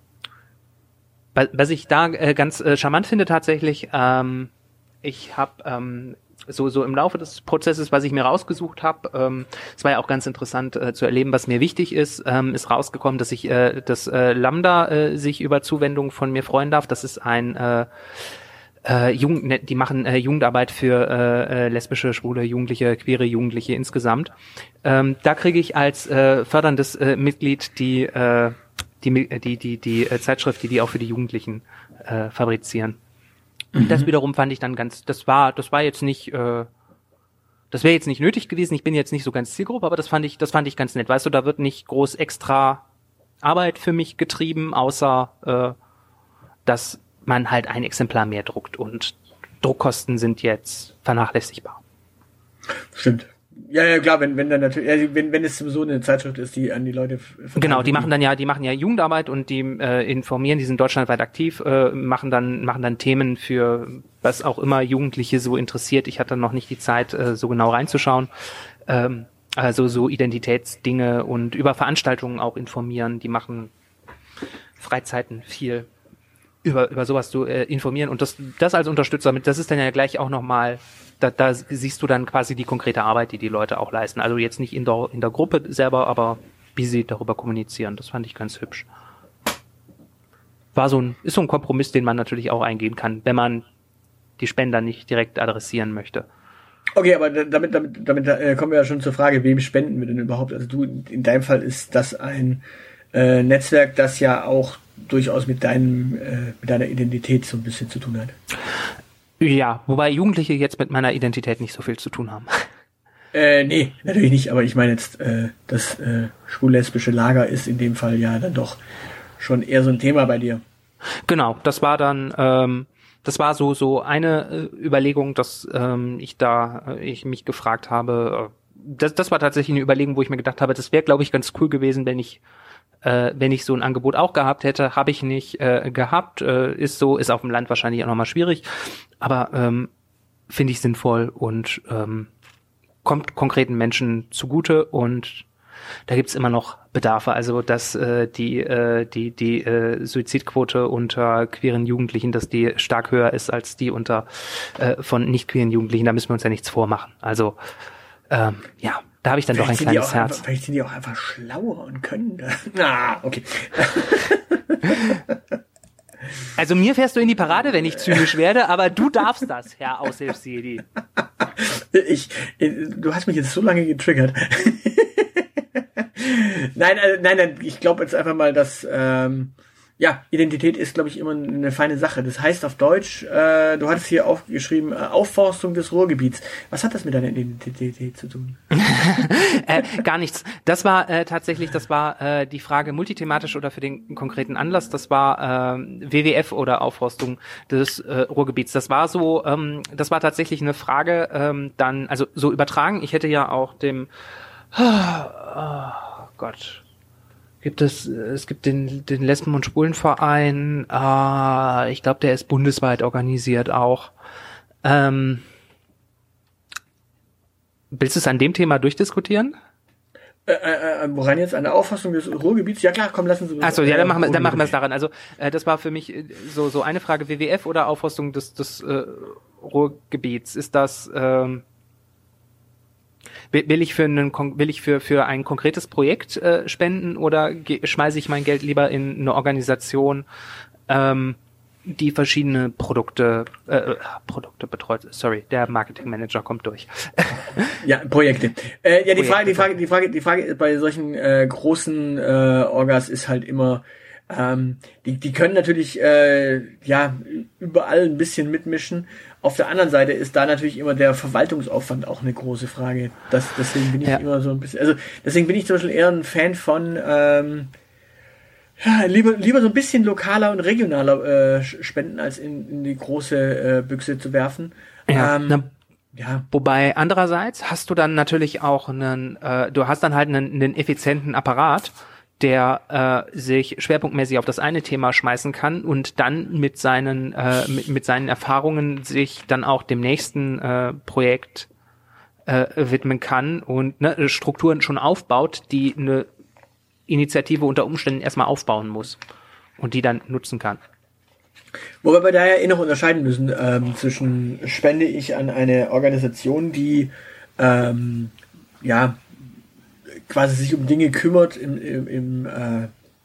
Was ich da äh, ganz äh, charmant finde tatsächlich, ähm, ich habe ähm, so so im Laufe des Prozesses, was ich mir rausgesucht habe, ähm, es war ja auch ganz interessant äh, zu erleben, was mir wichtig ist, ähm, ist rausgekommen, dass ich äh, dass äh, Lambda äh, sich über Zuwendung von mir freuen darf. Das ist ein äh, äh, Jugend, ne, die machen äh, Jugendarbeit für äh, äh, lesbische, schwule Jugendliche, queere Jugendliche insgesamt. Ähm, da kriege ich als äh, förderndes äh, Mitglied die äh, die die die die äh, Zeitschrift, die die auch für die Jugendlichen äh, fabrizieren. Mhm. Das wiederum fand ich dann ganz, das war das war jetzt nicht äh, das wäre jetzt nicht nötig gewesen. Ich bin jetzt nicht so ganz Zielgruppe, aber das fand ich das fand ich ganz nett. Weißt du, da wird nicht groß extra Arbeit für mich getrieben, außer äh, dass man halt ein Exemplar mehr druckt und Druckkosten sind jetzt vernachlässigbar. Stimmt. Ja, ja, klar, wenn, wenn dann natürlich, ja, wenn, wenn es sowieso eine Zeitschrift ist, die an die Leute genau, die machen dann ja, die machen ja Jugendarbeit und die äh, informieren, die sind deutschlandweit aktiv, äh, machen dann, machen dann Themen für was auch immer Jugendliche so interessiert. Ich hatte noch nicht die Zeit, äh, so genau reinzuschauen. Ähm, also so Identitätsdinge und über Veranstaltungen auch informieren. Die machen Freizeiten viel über über sowas zu äh, informieren und das das als Unterstützer mit, das ist dann ja gleich auch nochmal, da, da siehst du dann quasi die konkrete Arbeit, die die Leute auch leisten. Also jetzt nicht in der in der Gruppe selber, aber wie sie darüber kommunizieren. Das fand ich ganz hübsch. War so ein ist so ein Kompromiss, den man natürlich auch eingehen kann, wenn man die Spender nicht direkt adressieren möchte. Okay, aber damit damit damit äh, kommen wir ja schon zur Frage, wem spenden wir denn überhaupt? Also du, in deinem Fall ist das ein äh, Netzwerk, das ja auch durchaus mit deinem äh, mit deiner Identität so ein bisschen zu tun hat. Ja, wobei Jugendliche jetzt mit meiner Identität nicht so viel zu tun haben. Äh, nee, natürlich nicht, aber ich meine jetzt, äh, das äh, schwul-lesbische Lager ist in dem Fall ja dann doch schon eher so ein Thema bei dir. Genau, das war dann, ähm, das war so so eine äh, Überlegung, dass ähm, ich da, äh, ich mich gefragt habe, äh, das, das war tatsächlich eine Überlegung, wo ich mir gedacht habe, das wäre, glaube ich, ganz cool gewesen, wenn ich Äh, wenn ich so ein Angebot auch gehabt hätte, habe ich nicht äh, gehabt, äh, ist so, ist auf dem Land wahrscheinlich auch nochmal schwierig, aber ähm, finde ich sinnvoll und ähm, kommt konkreten Menschen zugute und da gibt's immer noch Bedarfe. Also dass äh, die äh, die die äh, Suizidquote unter queeren Jugendlichen, dass die stark höher ist als die unter äh, von nicht queeren Jugendlichen. Da müssen wir uns ja nichts vormachen. Also ähm, ja, da habe ich dann vielleicht doch ein kleines Herz. Einfach, vielleicht sind die auch einfach schlauer und können da. Na, okay. Also mir fährst du in die Parade, wenn ich zynisch werde, aber du darfst das, Herr Aushilfsjedi. Ich, du hast mich jetzt so lange getriggert. nein, also, nein, nein, ich glaube jetzt einfach mal, dass ähm, ja, Identität ist, glaube ich, immer eine feine Sache. Das heißt auf Deutsch, äh, du hattest hier aufgeschrieben, äh, Aufforstung des Ruhrgebiets. Was hat das mit deiner Identität zu tun? äh, gar nichts. Das war äh, tatsächlich, das war äh, die Frage multithematisch oder für den konkreten Anlass. Das war äh, W W F oder Aufforstung des äh, Ruhrgebiets. Das war so, ähm, das war tatsächlich eine Frage, ähm, dann, also so übertragen. Ich hätte ja auch dem, oh Gott, gibt es, es gibt den, den Lesben- und Schwulenverein, äh, ich glaube, der ist bundesweit organisiert auch. Ähm, willst du es an dem Thema durchdiskutieren? Äh, äh, woran jetzt? An der Auffassung des Ruhrgebiets? Ja klar, komm, lassen Sie uns. Achso, ja, dann machen wir, dann machen wir es daran. Also äh, das war für mich so so eine Frage: W W F oder Aufforstung des des äh, Ruhrgebiets? Ist das ähm, will ich für einen will ich für für ein konkretes Projekt äh, spenden oder ge- schmeiße ich mein Geld lieber in eine Organisation, ähm, die verschiedene Produkte äh, Produkte betreut? Sorry, der Marketingmanager kommt durch. Ja, Projekte. Äh, ja, die Projekte. Frage, die Frage, die Frage, die Frage bei solchen äh, großen äh, Orgas ist halt immer, ähm, die, die können natürlich äh, ja überall ein bisschen mitmischen. Auf der anderen Seite ist da natürlich immer der Verwaltungsaufwand auch eine große Frage. Das, deswegen bin ich ja. immer so ein bisschen, also deswegen bin ich zum Beispiel eher ein Fan von ähm, ja, lieber lieber so ein bisschen lokaler und regionaler äh, spenden, als in, in die große äh, Büchse zu werfen. Ja, ähm, na, ja. Wobei andererseits hast du dann natürlich auch einen, äh, du hast dann halt einen, einen effizienten Apparat, der äh, sich schwerpunktmäßig auf das eine Thema schmeißen kann und dann mit seinen äh, mit, mit seinen Erfahrungen sich dann auch dem nächsten äh, Projekt äh, widmen kann und ne, Strukturen schon aufbaut, die eine Initiative unter Umständen erstmal aufbauen muss und die dann nutzen kann. Wobei wir da ja eh noch unterscheiden müssen ähm, zwischen spende ich an eine Organisation, die ähm, ja quasi sich um Dinge kümmert im, im, im äh,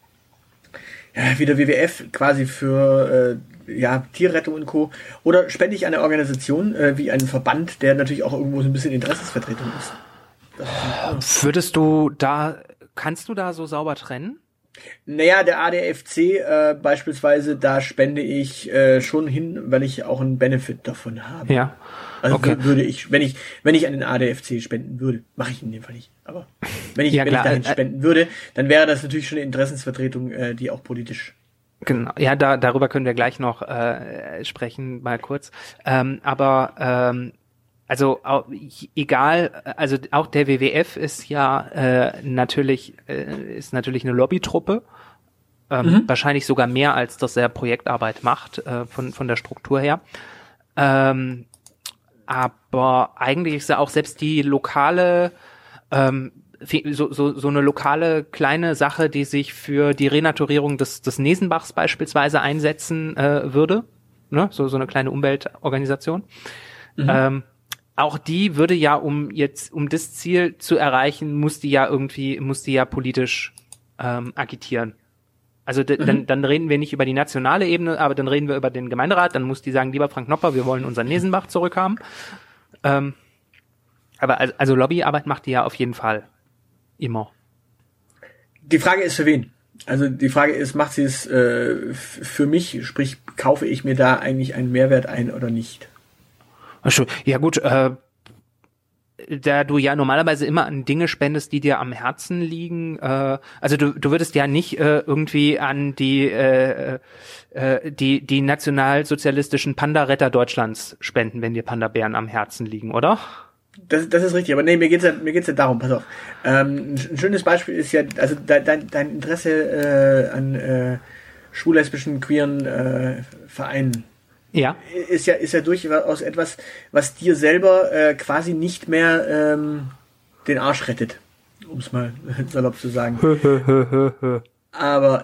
ja, wie der W W F quasi für äh, ja, Tierrettung und Co. Oder spende ich an eine Organisation äh, wie einen Verband, der natürlich auch irgendwo so ein bisschen Interessensvertretung ist. Das, Würdest du da, kannst du da so sauber trennen? Naja, der A D F C äh, beispielsweise, da spende ich äh, schon hin, weil ich auch einen Benefit davon habe. Ja. Also Okay. würde ich, wenn ich, wenn ich an den A D F C spenden würde, mache ich in dem Fall nicht. Aber wenn ich, Ja, wenn klar. ich dahin Äh, spenden würde, dann wäre das natürlich schon eine Interessensvertretung, äh, die auch politisch. Genau, ja, da, darüber können wir gleich noch äh, sprechen, mal kurz. Ähm, aber ähm, also auch, egal, also auch der W W F ist ja äh, natürlich äh, ist natürlich eine Lobbytruppe, ähm, Mhm. wahrscheinlich sogar mehr als dass er Projektarbeit macht äh, von von der Struktur her. Ähm, aber eigentlich ist ja auch selbst die lokale ähm, so, so, so eine lokale kleine Sache, die sich für die Renaturierung des, des Nesenbachs beispielsweise einsetzen äh, würde, ne? so, so eine kleine Umweltorganisation. Mhm. Ähm, auch die würde ja, um jetzt, um das Ziel zu erreichen, muss die ja irgendwie, muss die ja politisch ähm, agitieren. Also d- mhm. dann, dann reden wir nicht über die nationale Ebene, aber dann reden wir über den Gemeinderat, dann muss die sagen, lieber Frank Knopper, wir wollen unseren Nesenbach zurückhaben. Ähm, aber also, also Lobbyarbeit macht die ja auf jeden Fall. Immer. Die Frage ist für wen? Also die Frage ist, macht sie es äh, f- für mich, sprich, kaufe ich mir da eigentlich einen Mehrwert ein oder nicht? Ja gut, äh, da du ja normalerweise immer an Dinge spendest, die dir am Herzen liegen, äh, also du du würdest ja nicht äh, irgendwie an die äh, äh, die die nationalsozialistischen Panda-Retter Deutschlands spenden, wenn dir Panda-Bären am Herzen liegen, oder? Das, das ist richtig, aber nee, mir geht's ja, mir geht's ja darum, pass auf. Ähm, ein schönes Beispiel ist ja, also dein, dein Interesse äh, an äh, schwul-lesbischen, queeren äh, Vereinen Ja. ist ja, ist ja durchaus etwas, was dir selber äh, quasi nicht mehr ähm, den Arsch rettet. um es mal salopp zu sagen. Aber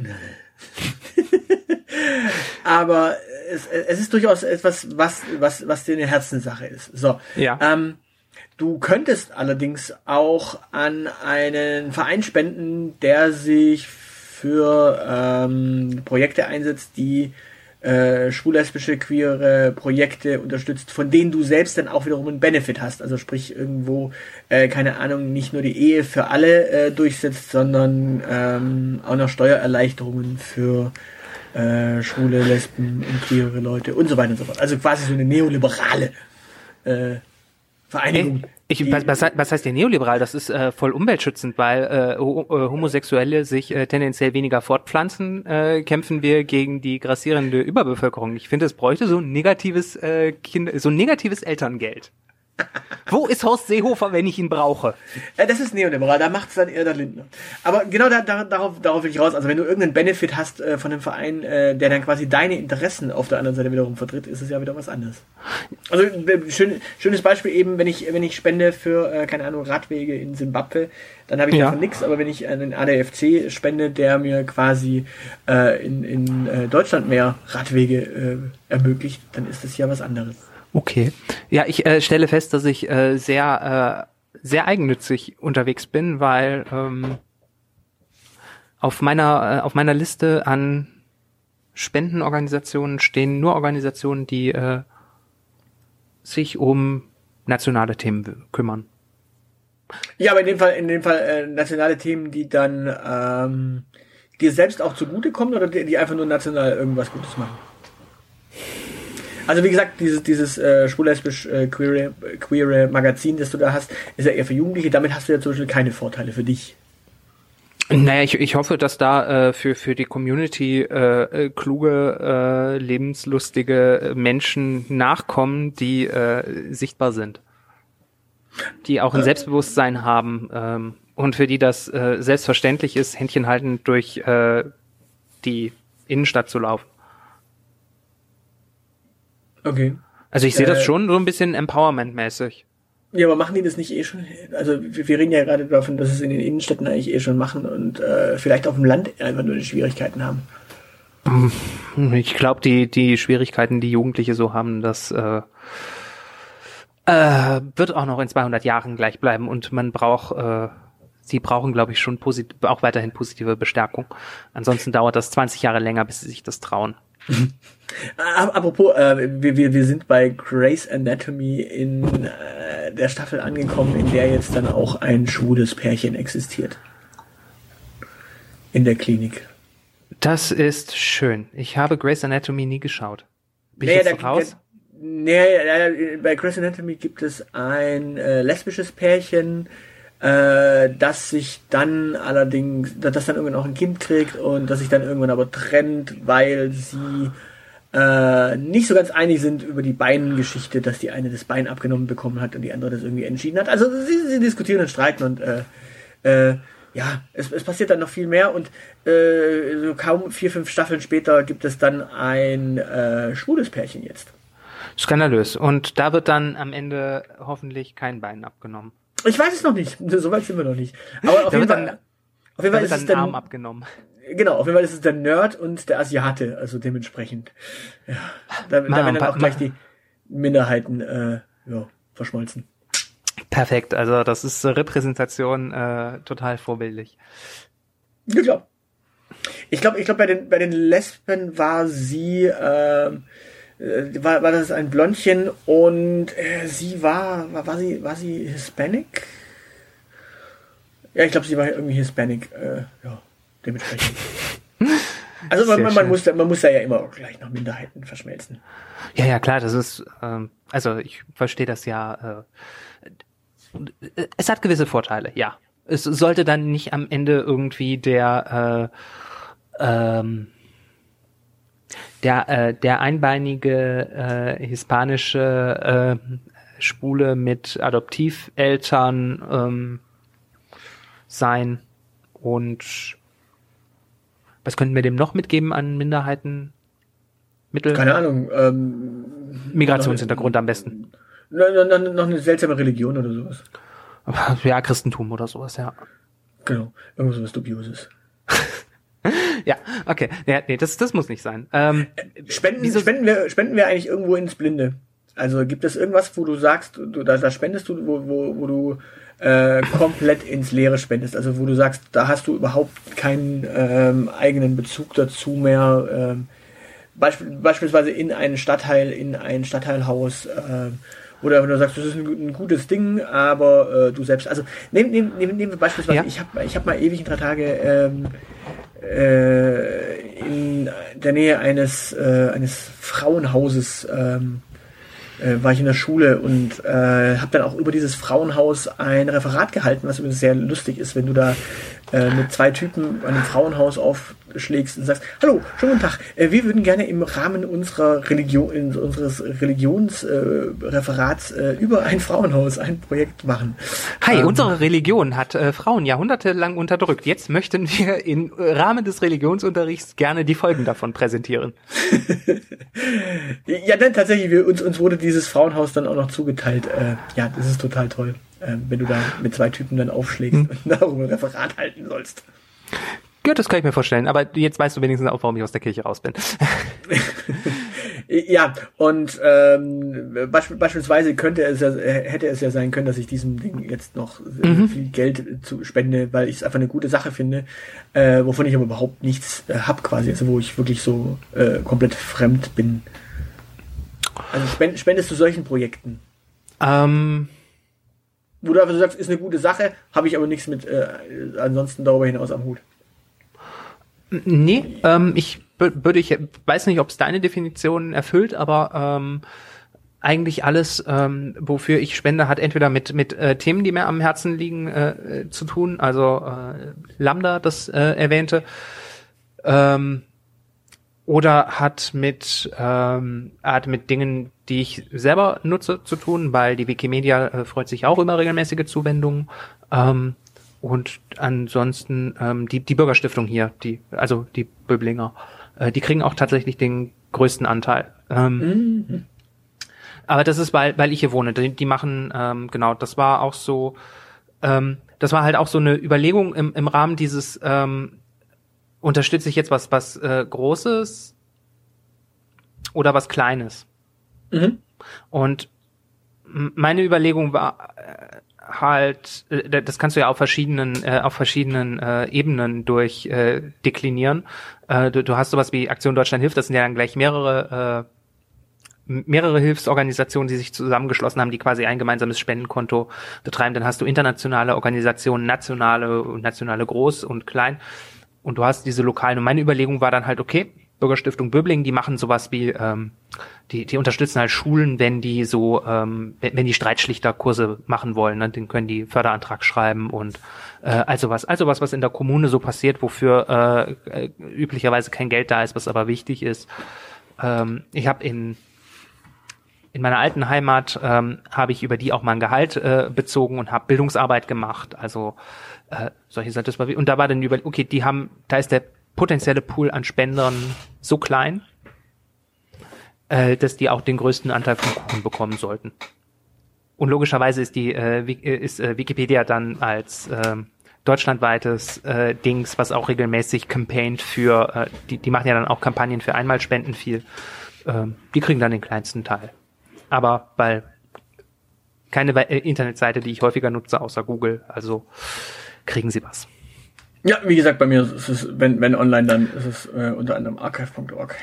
aber es, es ist durchaus etwas, was was was dir eine Herzenssache ist. So, ja. Ähm, du könntest allerdings auch an einen Verein spenden, der sich für ähm, Projekte einsetzt, die äh, schwul-lesbische, queere Projekte unterstützt, von denen du selbst dann auch wiederum einen Benefit hast. Also sprich irgendwo, äh, keine Ahnung, nicht nur die Ehe für alle äh, durchsetzt, sondern ähm, auch noch Steuererleichterungen für äh, schwule, Lesben und queere Leute und so weiter und so fort. Also quasi so eine neoliberale äh, Vereinigung. Ich, was, was, was heißt der neoliberal? Das ist äh, voll umweltschützend, weil äh, Homosexuelle sich äh, tendenziell weniger fortpflanzen, äh, kämpfen wir gegen die grassierende Überbevölkerung. Ich finde, es bräuchte so ein negatives äh, Kind, so ein negatives Elterngeld. Wo ist Horst Seehofer, wenn ich ihn brauche? Äh, das ist neoliberal, da macht's dann eher der Lindner. Aber genau da, da, darauf, darauf will ich raus. Also wenn du irgendeinen Benefit hast äh, von einem Verein, äh, der dann quasi deine Interessen auf der anderen Seite wiederum vertritt, ist es ja wieder was anderes. Also äh, schön, schönes Beispiel eben, wenn ich wenn ich spende für, äh, keine Ahnung, Radwege in Simbabwe, dann habe ich ja davon nichts. Aber wenn ich einen A D F C spende, der mir quasi äh, in, in äh, Deutschland mehr Radwege äh, ermöglicht, dann ist das ja was anderes. Okay. Ja, ich äh, stelle fest, dass ich äh, sehr äh, sehr eigennützig unterwegs bin, weil ähm, auf meiner äh, auf meiner Liste an Spendenorganisationen stehen nur Organisationen, die äh, sich um nationale Themen kümmern. Ja, aber in dem Fall in dem Fall äh, nationale Themen, die dann ähm, dir selbst auch zugutekommen oder die, die einfach nur national irgendwas Gutes machen. Also wie gesagt, dieses dieses äh, schwul-lesbisch äh, queere, queere Magazin, das du da hast, ist ja eher für Jugendliche. Damit hast du ja zum Beispiel keine Vorteile für dich. Naja, ich, ich hoffe, dass da äh, für für die Community äh, äh, kluge, äh, lebenslustige Menschen nachkommen, die äh, sichtbar sind, die auch ein Selbstbewusstsein haben ähm, und für die das äh, selbstverständlich ist, Händchen haltend durch äh, die Innenstadt zu laufen. Okay. Also ich sehe äh, das schon so ein bisschen Empowerment-mäßig. Ja, aber machen die das nicht eh schon? Also wir, wir reden ja gerade davon, dass es in den Innenstädten eigentlich eh schon machen und äh, vielleicht auf dem Land einfach nur die Schwierigkeiten haben. Ich glaube, die die Schwierigkeiten, die Jugendliche so haben, das äh, äh, wird auch noch in zweihundert Jahren gleich bleiben und man braucht, äh, sie brauchen, glaube ich, schon posit- auch weiterhin positive Bestärkung. Ansonsten dauert das zwanzig Jahre länger, bis sie sich das trauen. Apropos, äh, wir, wir, wir sind bei Grey's Anatomy in äh, der Staffel angekommen, in der jetzt dann auch ein schwules Pärchen existiert. In der Klinik. Das ist schön. Ich habe Grey's Anatomy nie geschaut. Bin naja, ich jetzt da, raus? Da, naja, bei Grey's Anatomy gibt es ein äh, lesbisches Pärchen, äh, das sich dann allerdings, das dann irgendwann auch ein Kind kriegt und das sich dann irgendwann aber trennt, weil sie äh, nicht so ganz einig sind über die Beingeschichte, dass die eine das Bein abgenommen bekommen hat und die andere das irgendwie entschieden hat. Also sie, sie diskutieren und streiten und äh, äh, ja, es, es passiert dann noch viel mehr und äh, so kaum vier, fünf Staffeln später gibt es dann ein äh, schwules Pärchen jetzt. Skandalös. Und da wird dann am Ende hoffentlich kein Bein abgenommen. Ich weiß es noch nicht. So weit sind wir noch nicht. Aber auf jeden Fall, dann, auf jeden Fall ist dann es dann Arm abgenommen. Genau, auf jeden Fall ist es der Nerd und der Asiate, also dementsprechend. Ja, da, da werden dann auch gleich die Minderheiten äh, ja, verschmolzen. Perfekt, also das ist Repräsentation äh, total vorbildlich. Ja, klar. Ich glaube, ich glaube bei den bei den Lesben war sie äh, war war das ein Blondchen und äh, sie war war, war sie war sie Hispanic? Ja, ich glaube, sie war irgendwie Hispanic. Äh, ja, dementsprechend. Also man, man, man muss man muss da ja immer auch gleich noch Minderheiten verschmelzen. Ja, ja, klar, das ist ähm, also ich verstehe das ja. Äh, es hat gewisse Vorteile, ja. Es sollte dann nicht am Ende irgendwie der äh, ähm, der äh, der einbeinige äh, hispanische äh, Schwule mit Adoptiveltern ähm, sein. Und was könnten wir dem noch mitgeben an Minderheiten? Mittel? Keine Ahnung. Ähm, Migrationshintergrund am besten. Noch, noch, noch eine seltsame Religion oder sowas. Ja, Christentum oder sowas, ja. Genau, irgendwas sowas Dubioses. Ja, okay. Ja, nee, das, das muss nicht sein. Ähm, spenden, spenden wir, spenden wir eigentlich irgendwo ins Blinde? Also gibt es irgendwas, wo du sagst, du, da, da spendest du, wo, wo, wo du äh, komplett ins Leere spendest? Also wo du sagst, da hast du überhaupt keinen ähm, eigenen Bezug dazu mehr. Ähm, beisp beispielsweise in einen Stadtteil, in ein Stadtteilhaus. Ähm, oder wenn du sagst, das ist ein, ein gutes Ding, aber äh, du selbst. Also nehmen nehm, nehm, nehm wir beispielsweise, ja. ich habe ich hab mal ewig in drei Tage ähm, äh, in der Nähe eines äh, eines Frauenhauses ähm, äh, war ich in der Schule und äh, habe dann auch über dieses Frauenhaus ein Referat gehalten, was übrigens sehr lustig ist, wenn du da äh, mit zwei Typen an einem Frauenhaus aufschlägst und sagst, hallo, schönen guten Tag, äh, wir würden gerne im Rahmen unserer Religion, in, unseres Religionsreferats äh, äh, über ein Frauenhaus ein Projekt machen. Hi, ähm, unsere Religion hat äh, Frauen jahrhundertelang unterdrückt. Jetzt möchten wir im Rahmen des Religionsunterrichts gerne die Folgen davon präsentieren. Ja, dann tatsächlich, wir, uns, uns wurde dieses Frauenhaus dann auch noch zugeteilt. Äh, ja, das ist total toll, äh, wenn du da mit zwei Typen dann aufschlägst hm. und darüber ein Referat halten sollst. Ja, das kann ich mir vorstellen, aber jetzt weißt du wenigstens auch, warum ich aus der Kirche raus bin. Ja, und ähm, beisp beispielsweise könnte es ja, hätte es ja sein können, dass ich diesem Ding jetzt noch mhm. viel Geld zu spende, weil ich es einfach eine gute Sache finde, äh, wovon ich aber überhaupt nichts äh, hab quasi, also wo ich wirklich so äh, komplett fremd bin. Also spend spendest du solchen Projekten? Ähm... Wo du einfach sagst, ist eine gute Sache, habe ich aber nichts mit äh, ansonsten darüber hinaus am Hut. Nee, ähm, ich würde, ich weiß nicht, ob es deine Definition erfüllt, aber ähm, eigentlich alles, ähm, wofür ich spende, hat entweder mit mit äh, Themen, die mir am Herzen liegen, äh, zu tun, also äh, Lambda, das äh, erwähnte, ähm, oder hat mit ähm, hat mit Dingen, die ich selber nutze, zu tun, weil die Wikimedia äh, freut sich auch über regelmäßige Zuwendungen. Ähm, und ansonsten ähm, die die Bürgerstiftung hier, die also die Böblinger, äh, die kriegen auch tatsächlich den größten Anteil. Ähm, mhm. Aber das ist, weil weil ich hier wohne. Die, die machen ähm, genau. Das war auch so. Ähm, das war halt auch so eine Überlegung im im Rahmen dieses. Ähm, Unterstütze ich jetzt was was äh, Großes oder was Kleines? Mhm. Und meine Überlegung war äh, halt, äh, das kannst du ja auf verschiedenen äh, auf verschiedenen äh, Ebenen durch äh, deklinieren. Äh, du, du hast sowas wie Aktion Deutschland hilft, das sind ja dann gleich mehrere äh, mehrere Hilfsorganisationen, die sich zusammengeschlossen haben, die quasi ein gemeinsames Spendenkonto betreiben. Dann hast du internationale Organisationen, nationale und nationale groß und klein. Und du hast diese lokalen. Und meine Überlegung war dann halt, okay, Bürgerstiftung Böblingen, die machen sowas wie, ähm, die die unterstützen halt Schulen, wenn die so, ähm, wenn die Streitschlichterkurse machen wollen, ne, dann können die Förderantrag schreiben und äh, also was, also was, was in der Kommune so passiert, wofür äh, üblicherweise kein Geld da ist, was aber wichtig ist. Ähm, ich habe in in meiner alten Heimat ähm, habe ich über die auch mal ein Gehalt äh, bezogen und habe Bildungsarbeit gemacht, also äh, solche Sachen. Das war wie, und da war dann über, okay, die haben, da ist der potenzielle Pool an Spendern so klein, äh, dass die auch den größten Anteil vom Kuchen bekommen sollten. Und logischerweise ist die äh, ist äh, Wikipedia dann als äh, deutschlandweites äh, Dings, was auch regelmäßig campaignt für, äh, die die machen ja dann auch Kampagnen für Einmalspenden viel. Äh, die kriegen dann den kleinsten Teil. Aber weil keine äh, Internetseite, die ich häufiger nutze, außer Google, also kriegen sie was. Ja, wie gesagt, bei mir ist es, wenn, wenn online, dann ist es äh, unter anderem archive punkt org.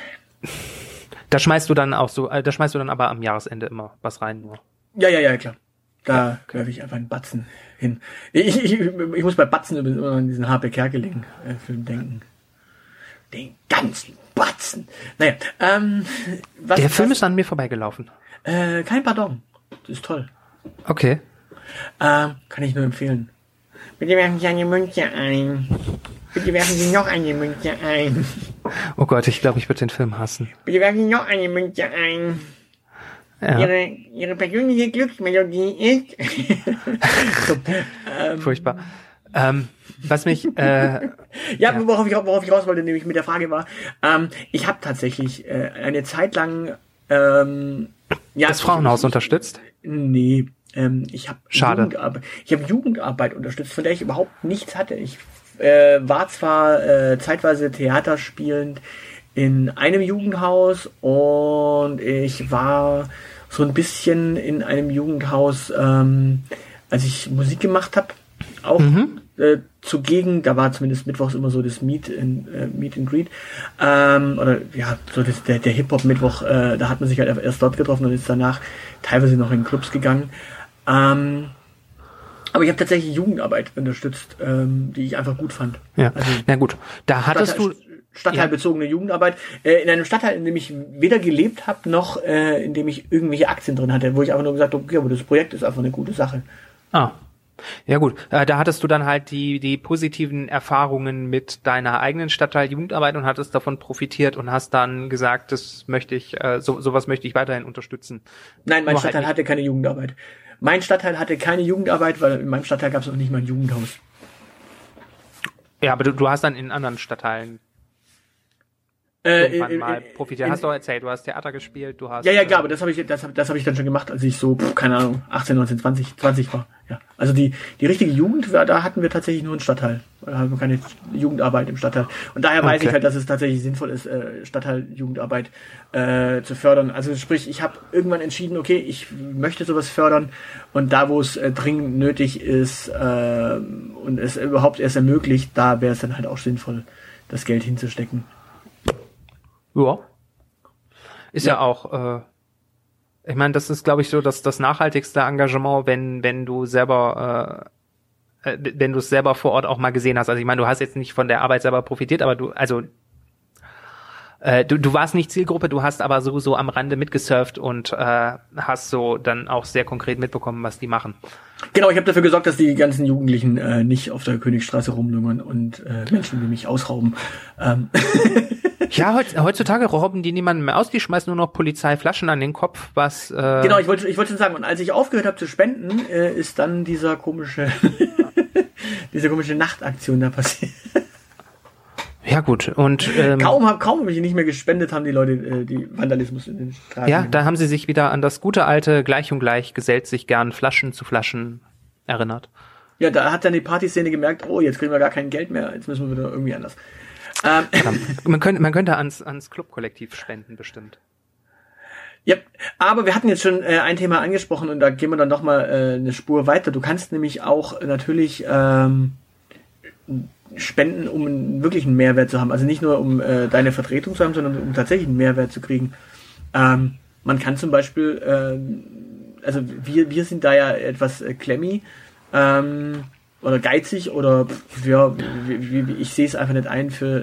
Da schmeißt du dann auch so, äh, da schmeißt du dann aber am Jahresende immer was rein nur. Ja, ja, ja, klar. Da ja. werfe ich einfach einen Batzen hin. Ich, ich, ich muss bei Batzen immer an diesen H P Kerkeling-Film denken. Den ganzen Batzen. Naja, ähm, was, der Film was, ist an mir vorbeigelaufen. Äh, kein Pardon. Das ist toll. Okay. Ähm, kann ich nur empfehlen. Bitte werfen Sie eine Münze ein. Bitte werfen Sie noch eine Münze ein. Oh Gott, ich glaube, ich würde den Film hassen. Bitte werfen Sie noch eine Münze ein. Ja. Ihre, Ihre persönliche Glücksmelodie ist... so, ähm, Furchtbar. Ähm, was mich... Äh, ja, ja. Worauf, ich, worauf ich raus wollte, nämlich mit der Frage war, ähm, ich habe tatsächlich äh, eine Zeit lang... Ähm, ja, das Frauenhaus ich, unterstützt? Nee, Ähm, ich habe Jugendarbeit, ich habe Jugendarbeit unterstützt, von der ich überhaupt nichts hatte. Ich äh, war zwar äh, zeitweise theaterspielend in einem Jugendhaus und ich war so ein bisschen in einem Jugendhaus, ähm, als ich Musik gemacht habe, auch mhm. äh, zugegen. Da war zumindest mittwochs immer so das Meet, in, äh, Meet and Greet. Ähm, oder ja, so das, der, der Hip-Hop-Mittwoch, äh, da hat man sich halt erst dort getroffen und ist danach teilweise noch in Clubs gegangen. Ähm, aber ich habe tatsächlich Jugendarbeit unterstützt, ähm, die ich einfach gut fand. Ja, also, na gut, da hattest Stadtteil, du... Stadtteilbezogene ja. Jugendarbeit, äh, in einem Stadtteil, in dem ich weder gelebt habe, noch äh, in dem ich irgendwelche Aktien drin hatte, wo ich einfach nur gesagt habe, okay, aber das Projekt ist einfach eine gute Sache. Ah, ja gut, äh, da hattest du dann halt die die positiven Erfahrungen mit deiner eigenen Stadtteil-Jugendarbeit und hattest davon profitiert und hast dann gesagt, das möchte ich, äh, so sowas möchte ich weiterhin unterstützen. Nein, mein Nur Stadtteil halt hatte keine Jugendarbeit. Mein Stadtteil hatte keine Jugendarbeit, weil in meinem Stadtteil gab es auch nicht mal ein Jugendhaus. Ja, aber du, du hast dann in anderen Stadtteilen Äh, irgendwann in, mal in, profitiert. in, Hast du erzählt, du hast Theater gespielt, du hast... Ja, ja, klar, aber das habe ich, das habe das hab ich dann schon gemacht, als ich so, pff, keine Ahnung, achtzehn, neunzehn, zwanzig, zwanzig war. Ja. Also die, die richtige Jugend, da hatten wir tatsächlich nur einen Stadtteil. Da haben wir keine Jugendarbeit im Stadtteil. Und daher weiß okay. ich halt, dass es tatsächlich sinnvoll ist, Stadtteil-Jugendarbeit äh, zu fördern. Also sprich, ich habe irgendwann entschieden, okay, ich möchte sowas fördern und da, wo es äh, dringend nötig ist äh, und es überhaupt erst ermöglicht, da wäre es dann halt auch sinnvoll, das Geld hinzustecken. Ja. Ist ja, ja auch, äh, ich meine, das ist, glaube ich, so das, das nachhaltigste Engagement, wenn, wenn du selber, äh, wenn du es selber vor Ort auch mal gesehen hast. Also ich meine, du hast jetzt nicht von der Arbeit selber profitiert, aber du, also äh, du, du warst nicht Zielgruppe, du hast aber sowieso am Rande mitgesurft und äh, hast so dann auch sehr konkret mitbekommen, was die machen. Genau, ich habe dafür gesorgt, dass die ganzen Jugendlichen äh, nicht auf der Königstraße rumlungern und äh, Menschen wie mich ausrauben. Ähm. Ja, heutzutage rauben die niemanden mehr aus, die schmeißen nur noch Polizeiflaschen an den Kopf, was... Äh Genau, ich wollte ich wollte schon sagen, und als ich aufgehört habe zu spenden, äh, ist dann dieser komische, diese komische Nachtaktion da passiert. Ja gut, und... Ähm, kaum habe kaum hab ich nicht mehr gespendet, haben die Leute äh, die Vandalismus in den Straßen. Ja, gemacht. Da haben sie sich wieder an das gute alte Gleich und Gleich gesellt sich gern Flaschen zu Flaschen erinnert. Ja, da hat dann die Partyszene gemerkt, oh, jetzt kriegen wir gar kein Geld mehr, jetzt müssen wir wieder irgendwie anders. Ähm. Man könnte, man könnte ans, ans Clubkollektiv spenden, bestimmt. Ja, aber wir hatten jetzt schon äh, ein Thema angesprochen und da gehen wir dann nochmal äh, eine Spur weiter. Du kannst nämlich auch natürlich ähm, spenden, um einen wirklichen Mehrwert zu haben. Also nicht nur um äh, deine Vertretung zu haben, sondern um tatsächlich einen Mehrwert zu kriegen. Ähm, man kann zum Beispiel, äh, also wir, wir sind da ja etwas äh, klemmi, ähm, oder geizig oder ja, wie, wie, ich sehe es einfach nicht ein für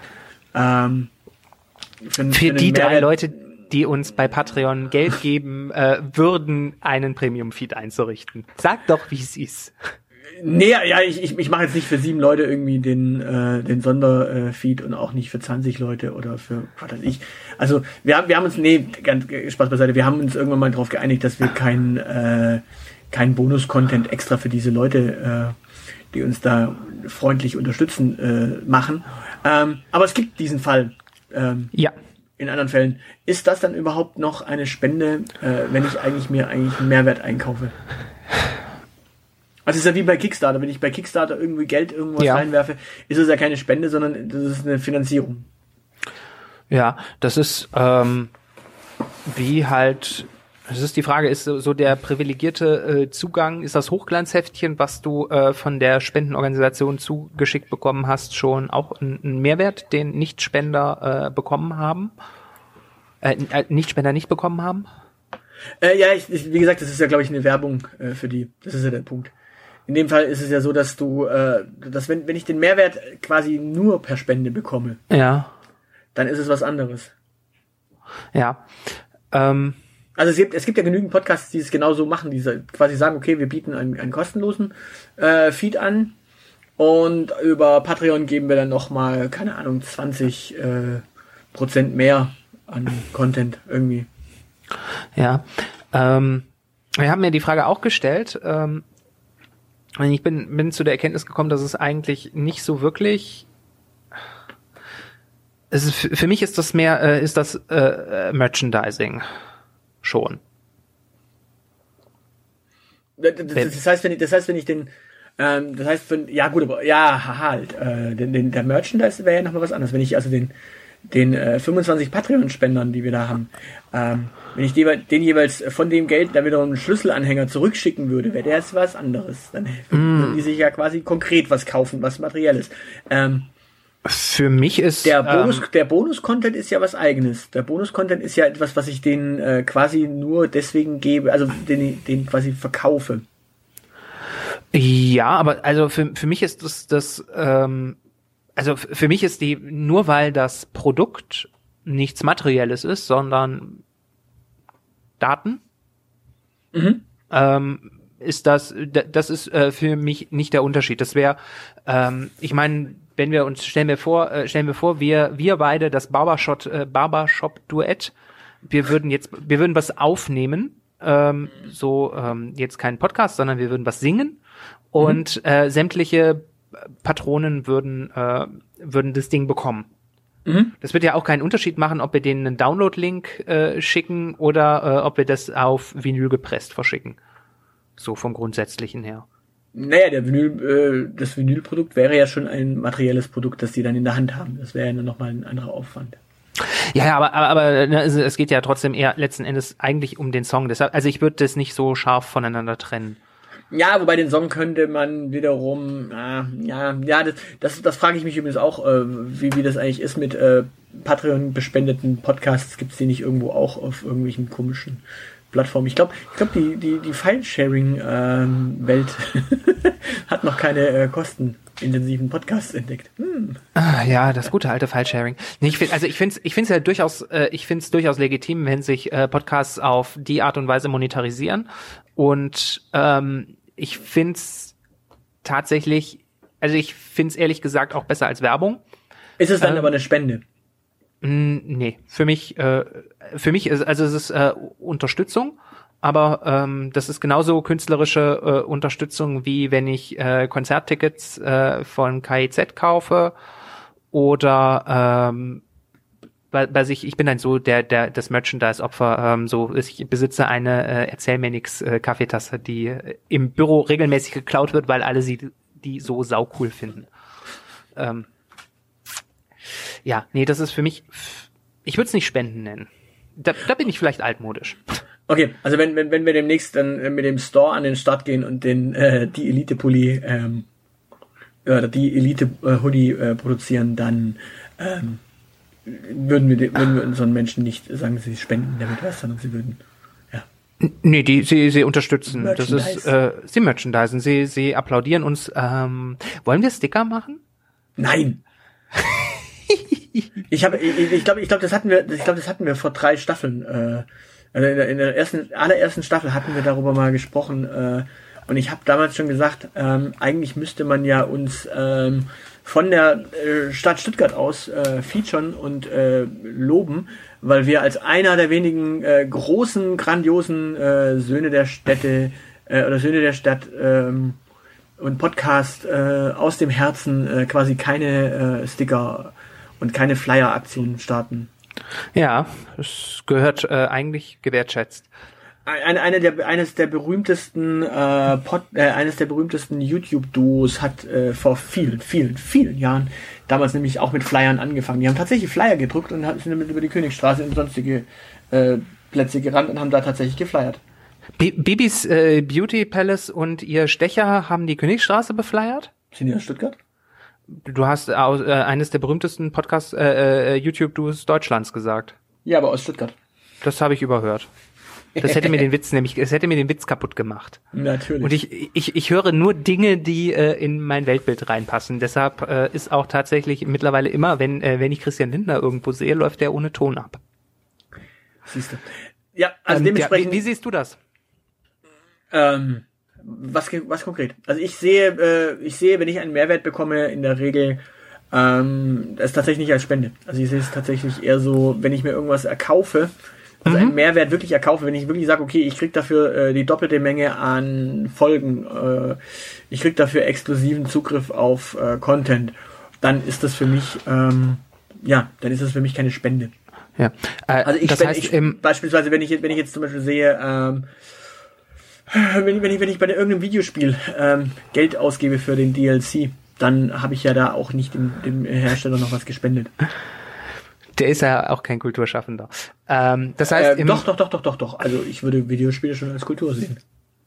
ähm, für, für, für die Mehrwert. Drei Leute, die uns bei Patreon Geld geben äh, würden, einen Premium-Feed einzurichten. Sag doch, wie es ist. Nee, ja, ich, ich, ich mache jetzt nicht für sieben Leute irgendwie den äh, den Sonderfeed und auch nicht für zwanzig Leute oder für was weiß ich. Also wir haben wir haben uns nee, ganz Spaß beiseite, wir haben uns irgendwann mal darauf geeinigt, dass wir kein äh, kein Bonus-Content extra für diese Leute äh, die uns da freundlich unterstützen, äh, machen. Ähm, aber es gibt diesen Fall. Ähm, ja. In anderen Fällen. Ist das dann überhaupt noch eine Spende, äh, wenn ich eigentlich mir eigentlich einen Mehrwert einkaufe? Also es ist ja wie bei Kickstarter. Wenn ich bei Kickstarter irgendwie Geld irgendwas ja. reinwerfe, ist es ja keine Spende, sondern das ist eine Finanzierung. Ja, das ist ähm, wie halt... Das ist die Frage, ist so, so der privilegierte äh, Zugang, ist das Hochglanzheftchen, was du äh, von der Spendenorganisation zugeschickt bekommen hast, schon auch ein, ein Mehrwert, den Nichtspender äh, bekommen haben? Äh, Nichtspender nicht bekommen haben? Äh, ja, ich, ich, wie gesagt, das ist ja, glaube ich, eine Werbung äh, für die. Das ist ja der Punkt. In dem Fall ist es ja so, dass du, äh, dass wenn, wenn ich den Mehrwert quasi nur per Spende bekomme, ja, dann ist es was anderes. Ja, ähm, Also es gibt, es gibt ja genügend Podcasts, die es genauso machen, die quasi sagen, okay, wir bieten einen, einen kostenlosen äh, Feed an und über Patreon geben wir dann nochmal, keine Ahnung, zwanzig äh, Prozent mehr an Content irgendwie. Ja, ähm, wir haben mir die Frage auch gestellt, ähm, und ich bin, bin zu der Erkenntnis gekommen, dass es eigentlich nicht so wirklich... Es ist, für mich ist das mehr, äh, ist das äh, Merchandising. Schon. Das, das, das heißt, wenn ich, das heißt, wenn ich den, ähm, das heißt, wenn, ja gut, aber ja, halt, äh, den, den, der Merchandise wäre ja nochmal was anderes. Wenn ich also den, den äh, fünfundzwanzig Patreon-Spendern, die wir da haben, ähm, wenn ich den, den jeweils von dem Geld da wiederum einen Schlüsselanhänger zurückschicken würde, wäre der jetzt was anderes. Dann würden mm. die sich ja quasi konkret was kaufen, was Materielles. Ähm, Für mich ist der Bonus, ähm, der Bonus-Content ist ja was Eigenes. Der Bonus-Content ist ja etwas, was ich denen äh, quasi nur deswegen gebe, also den, den quasi verkaufe. Ja, aber also für für mich ist das das ähm, also für mich ist die nur weil das Produkt nichts Materielles ist, sondern Daten, Mhm. ähm, ist das das ist äh, für mich nicht der Unterschied. Das wäre, ähm, ich meine, wenn wir uns stellen wir vor, äh, stellen wir vor, wir wir beide das Barbershop äh, Barbershop Duett, wir würden jetzt wir würden was aufnehmen, ähm, so ähm, jetzt keinen Podcast, sondern wir würden was singen und mhm. äh, sämtliche Patronen würden äh, würden das Ding bekommen. Mhm. Das wird ja auch keinen Unterschied machen, ob wir denen einen Download-Link äh, schicken oder äh, ob wir das auf Vinyl gepresst verschicken. So vom Grundsätzlichen her. Naja, der Vinyl, äh, das Vinylprodukt wäre ja schon ein materielles Produkt, das die dann in der Hand haben. Das wäre ja nur nochmal ein anderer Aufwand. Ja, ja, aber, aber, aber ne, es, es geht ja trotzdem eher letzten Endes eigentlich um den Song. Deshalb, also ich würde das nicht so scharf voneinander trennen. Ja, wobei den Song könnte man wiederum, äh, ja, ja, das, das, das frage ich mich übrigens auch, äh, wie, wie das eigentlich ist mit äh, Patreon-bespendeten Podcasts. Gibt es die nicht irgendwo auch auf irgendwelchen komischen Plattformen? Ich glaube, ich glaube, die, die, die File-Sharing-Welt ähm, hat noch keine äh, kostenintensiven Podcasts entdeckt. Hm. Ah, ja, das gute alte File-Sharing. Nee, ich find, also ich finde es ich find's ja durchaus, äh, ich finde es durchaus legitim, wenn sich äh, Podcasts auf die Art und Weise monetarisieren. Und ähm, ich finde es tatsächlich, also ich finde es ehrlich gesagt auch besser als Werbung. Ist es dann ähm, aber eine Spende? Mh, nee, für mich, äh, für mich ist, also es ist äh, Unterstützung, aber ähm, das ist genauso künstlerische äh, Unterstützung, wie wenn ich äh, Konzerttickets äh, von K I Z kaufe oder ähm, weil, weil ich, ich bin dann so der, der, das Merchandise-Opfer, ähm, so, ich besitze eine äh, Erzähl mir nix äh, Kaffeetasse, die äh, im Büro regelmäßig geklaut wird, weil alle sie die so saucool finden. Ähm, ja, nee, das ist für mich, ich würde es nicht Spenden nennen. Da, da bin ich vielleicht altmodisch. Okay, also wenn, wenn, wenn wir demnächst dann mit dem Store an den Start gehen und den, äh, die Elite-Pulli, ähm, oder die Elite-Hoodie äh, produzieren, dann, ähm, würden wir, würden wir unseren Menschen nicht sagen, sie spenden damit was, sondern sie würden, ja. Nee, die, sie, sie unterstützen. Das Merchandise. ist, äh, sie merchandisen, sie, sie applaudieren uns. Ähm, wollen wir Sticker machen? Nein! ich habe, ich, ich glaube, ich glaube, das hatten wir, ich glaube, das hatten wir vor drei Staffeln, äh, also in der, in der ersten, allerersten Staffel hatten wir darüber mal gesprochen, äh, und ich habe damals schon gesagt, ähm, eigentlich müsste man ja uns, ähm, von der äh, Stadt Stuttgart aus äh, featuren und äh, loben, weil wir als einer der wenigen äh, großen, grandiosen äh, Söhne der Städte äh, oder Söhne der Stadt ähm, und Podcast äh, aus dem Herzen äh, quasi keine äh, Sticker und keine Flyer-Aktionen starten. Ja, es gehört äh, eigentlich gewertschätzt. Eine, eine der, eines der berühmtesten äh, Pod, äh, eines der berühmtesten YouTube-Duos hat äh, vor vielen, vielen, vielen Jahren damals nämlich auch mit Flyern angefangen. Die haben tatsächlich Flyer gedruckt und sind damit über die Königstraße und sonstige äh, Plätze gerannt und haben da tatsächlich geflyert. B- Bibis äh, Beauty Palace und ihr Stecher haben die Königstraße beflyert? Sind die aus Stuttgart? Du hast aus, äh, eines der berühmtesten Podcast äh, äh, YouTube-Duos Deutschlands gesagt. Ja, aber aus Stuttgart. Das habe ich überhört. Das hätte mir den Witz nämlich, es hätte mir den Witz kaputt gemacht. Natürlich. Und ich, ich, ich höre nur Dinge, die äh, in mein Weltbild reinpassen. Deshalb äh, ist auch tatsächlich mittlerweile immer, wenn äh, wenn ich Christian Lindner irgendwo sehe, läuft der ohne Ton ab. Siehst du. Ja, also ähm, dementsprechend. Ja, wie, wie siehst du das? Ähm, was, was konkret? Also ich sehe, äh, ich sehe, wenn ich einen Mehrwert bekomme, in der Regel ähm, das tatsächlich nicht als Spende. Also ich sehe es tatsächlich eher so, wenn ich mir irgendwas erkaufe, also einen Mehrwert wirklich erkaufe, wenn ich wirklich sage, okay, ich krieg dafür äh, die doppelte Menge an Folgen, äh, ich krieg dafür exklusiven Zugriff auf äh, Content, dann ist das für mich, ähm, ja, dann ist das für mich keine Spende. Ja. Äh, also ich das spende, heißt, ich, im beispielsweise, wenn ich jetzt, wenn ich jetzt zum Beispiel sehe, ähm, Wenn, wenn, ich, wenn ich bei irgendeinem Videospiel ähm, Geld ausgebe für den D L C, dann habe ich ja da auch nicht dem, dem Hersteller noch was gespendet. Der ist ja auch kein Kulturschaffender. Ähm, das heißt, äh, im doch, doch, doch, doch, doch, doch. Also ich würde Videospiele schon als Kultur sehen.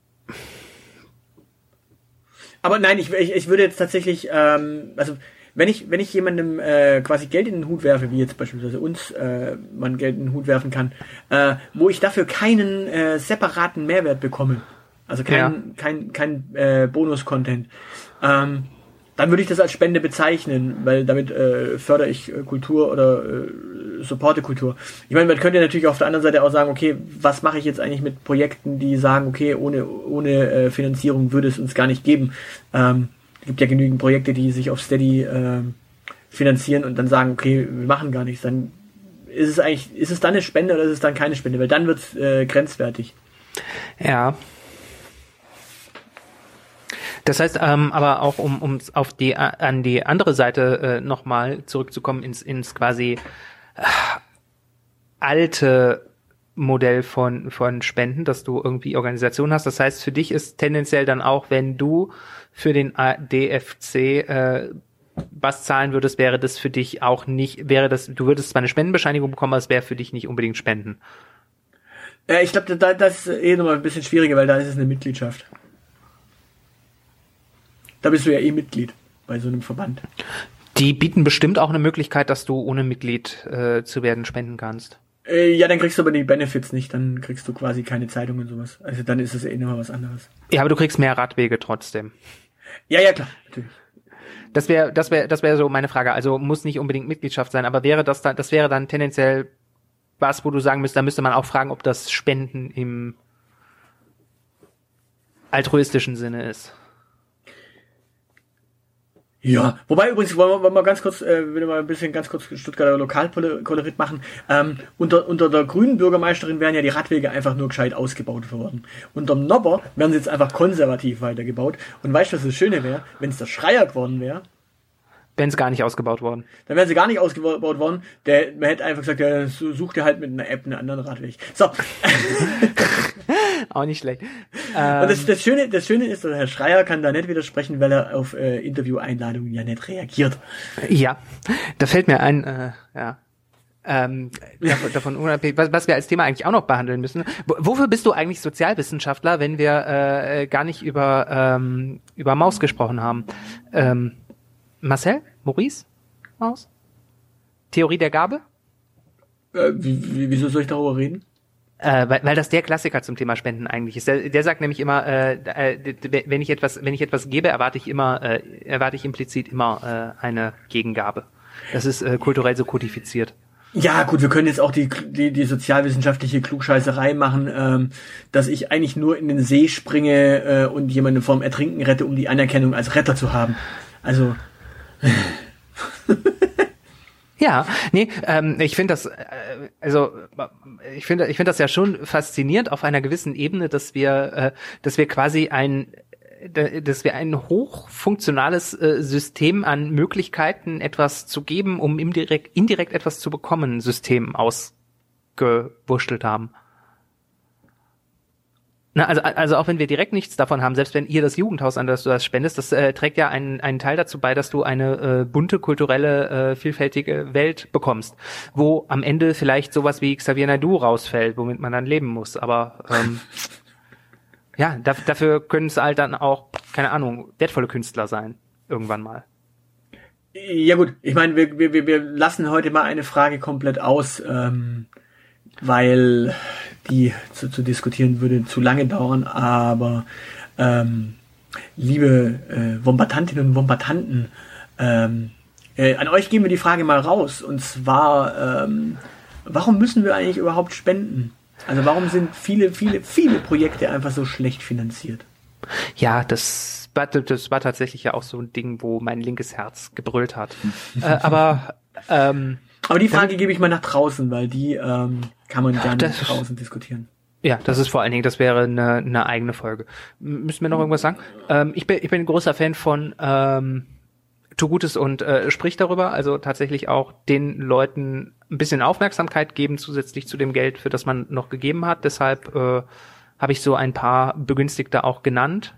Aber nein, ich, ich, ich würde jetzt tatsächlich, ähm, also wenn ich wenn ich jemandem äh, quasi Geld in den Hut werfe, wie jetzt beispielsweise uns äh, man Geld in den Hut werfen kann, äh, wo ich dafür keinen äh, separaten Mehrwert bekomme, also kein Ja. kein kein äh, Bonus-Content, ähm, dann würde ich das als Spende bezeichnen, weil damit äh, fördere ich äh, Kultur oder äh, supporte Kultur. Ich meine, man könnte ja natürlich auf der anderen Seite auch sagen, okay, was mache ich jetzt eigentlich mit Projekten, die sagen, okay, ohne ohne äh, Finanzierung würde es uns gar nicht geben. Ähm, es gibt ja genügend Projekte, die sich auf Steady äh, finanzieren und dann sagen, okay, wir machen gar nichts. Dann ist es eigentlich, ist es dann eine Spende oder ist es dann keine Spende? Weil dann wird es äh, grenzwertig. Ja. Das heißt, ähm, aber auch um um auf die an die andere Seite äh, nochmal zurückzukommen ins ins quasi äh, alte Modell von von Spenden, dass du irgendwie Organisation hast. Das heißt, für dich ist tendenziell dann auch, wenn du für den D F C äh, was zahlen würdest, wäre das für dich auch nicht, wäre das, du würdest zwar eine Spendenbescheinigung bekommen, aber es wäre für dich nicht unbedingt Spenden. Äh, ich glaube, da, das ist eh nochmal ein bisschen schwieriger, weil da ist es eine Mitgliedschaft. Da bist du ja eh Mitglied bei so einem Verband. Die bieten bestimmt auch eine Möglichkeit, dass du ohne Mitglied äh, zu werden spenden kannst. Äh, ja, dann kriegst du aber die Benefits nicht, dann kriegst du quasi keine Zeitung und sowas. Also dann ist es eh nochmal was anderes. Ja, aber du kriegst mehr Radwege trotzdem. Ja, ja, klar, natürlich. Das wäre, das wäre, das wäre so meine Frage. Also muss nicht unbedingt Mitgliedschaft sein, aber wäre das dann, das wäre dann tendenziell was, wo du sagen müsstest, da müsste man auch fragen, ob das Spenden im altruistischen Sinne ist. Ja, wobei übrigens, wollen wir, wollen wir ganz kurz, äh, will mal ein bisschen ganz kurz Stuttgarter Lokalkolorit machen. Ähm, unter, unter der grünen Bürgermeisterin wären ja die Radwege einfach nur gescheit ausgebaut worden. Unter dem Nobber werden sie jetzt einfach konservativ weitergebaut. Und weißt du, was das Schöne wäre? Wenn es der Schreier geworden wäre, Wenn es gar nicht ausgebaut worden. dann wären sie gar nicht ausgebaut worden. Der, man hätte einfach gesagt, ja, such dir halt mit einer App einen anderen Radweg. So. Auch nicht schlecht. Ähm, Und das, das Schöne, das Schöne ist, der Herr Schreier kann da nicht widersprechen, weil er auf äh, Intervieweinladungen ja nicht reagiert. Ja, da fällt mir ein, äh, ja, ähm, davon, davon unabhängig, was, was wir als Thema eigentlich auch noch behandeln müssen. W- wofür bist du eigentlich Sozialwissenschaftler, wenn wir äh, gar nicht über ähm, über Maus gesprochen haben? Ähm, Marcel? Maurice? Maus? Theorie der Gabe? Äh, wie, wie, wieso soll ich darüber reden? Äh, weil, weil das der Klassiker zum Thema Spenden eigentlich ist. Der, der sagt nämlich immer, äh, äh, d- d- wenn ich etwas, wenn ich etwas gebe, erwarte ich immer, äh, erwarte ich implizit immer äh, eine Gegengabe. Das ist äh, kulturell so kodifiziert. Ja, gut, wir können jetzt auch die, die, die sozialwissenschaftliche Klugscheißerei machen, ähm, dass ich eigentlich nur in den See springe äh, und jemanden vorm Ertrinken rette, um die Anerkennung als Retter zu haben. Also... Ja, nee, ähm, ich finde das, äh, also ich finde, ich finde das ja schon faszinierend auf einer gewissen Ebene, dass wir, äh, dass wir quasi ein, äh, dass wir ein hochfunktionales äh, System an Möglichkeiten, etwas zu geben, um indirekt, indirekt etwas zu bekommen, System ausgewurschtelt haben. Na, also, also auch wenn wir direkt nichts davon haben, selbst wenn ihr das Jugendhaus, an das du das spendest, das äh, trägt ja einen, einen Teil dazu bei, dass du eine äh, bunte, kulturelle, äh, vielfältige Welt bekommst, wo am Ende vielleicht sowas wie Xavier Naidoo rausfällt, womit man dann leben muss. Aber ähm, ja, da, dafür können es halt dann auch, keine Ahnung, wertvolle Künstler sein, irgendwann mal. Ja gut, ich meine, wir, wir, wir lassen heute mal eine Frage komplett aus, ähm, weil die zu, zu diskutieren würde zu lange dauern, aber ähm, liebe äh, Wombatantinnen und Wombatanten, ähm, äh, an euch geben wir die Frage mal raus, und zwar, ähm, warum müssen wir eigentlich überhaupt spenden? Also warum sind viele, viele, viele Projekte einfach so schlecht finanziert? Ja, das war, das war tatsächlich ja auch so ein Ding, wo mein linkes Herz gebrüllt hat. äh, aber ähm, Aber die Frage gebe ich mal nach draußen, weil die ähm, kann man gerne das, draußen diskutieren. Ja, das ist vor allen Dingen, das wäre eine, eine eigene Folge. M- Müssen wir noch irgendwas sagen? Ähm, ich bin, ich bin ein großer Fan von ähm, Tu Gutes und äh, sprich darüber. Also tatsächlich auch den Leuten ein bisschen Aufmerksamkeit geben, zusätzlich zu dem Geld, für das man noch gegeben hat. Deshalb äh, habe ich so ein paar Begünstigte auch genannt.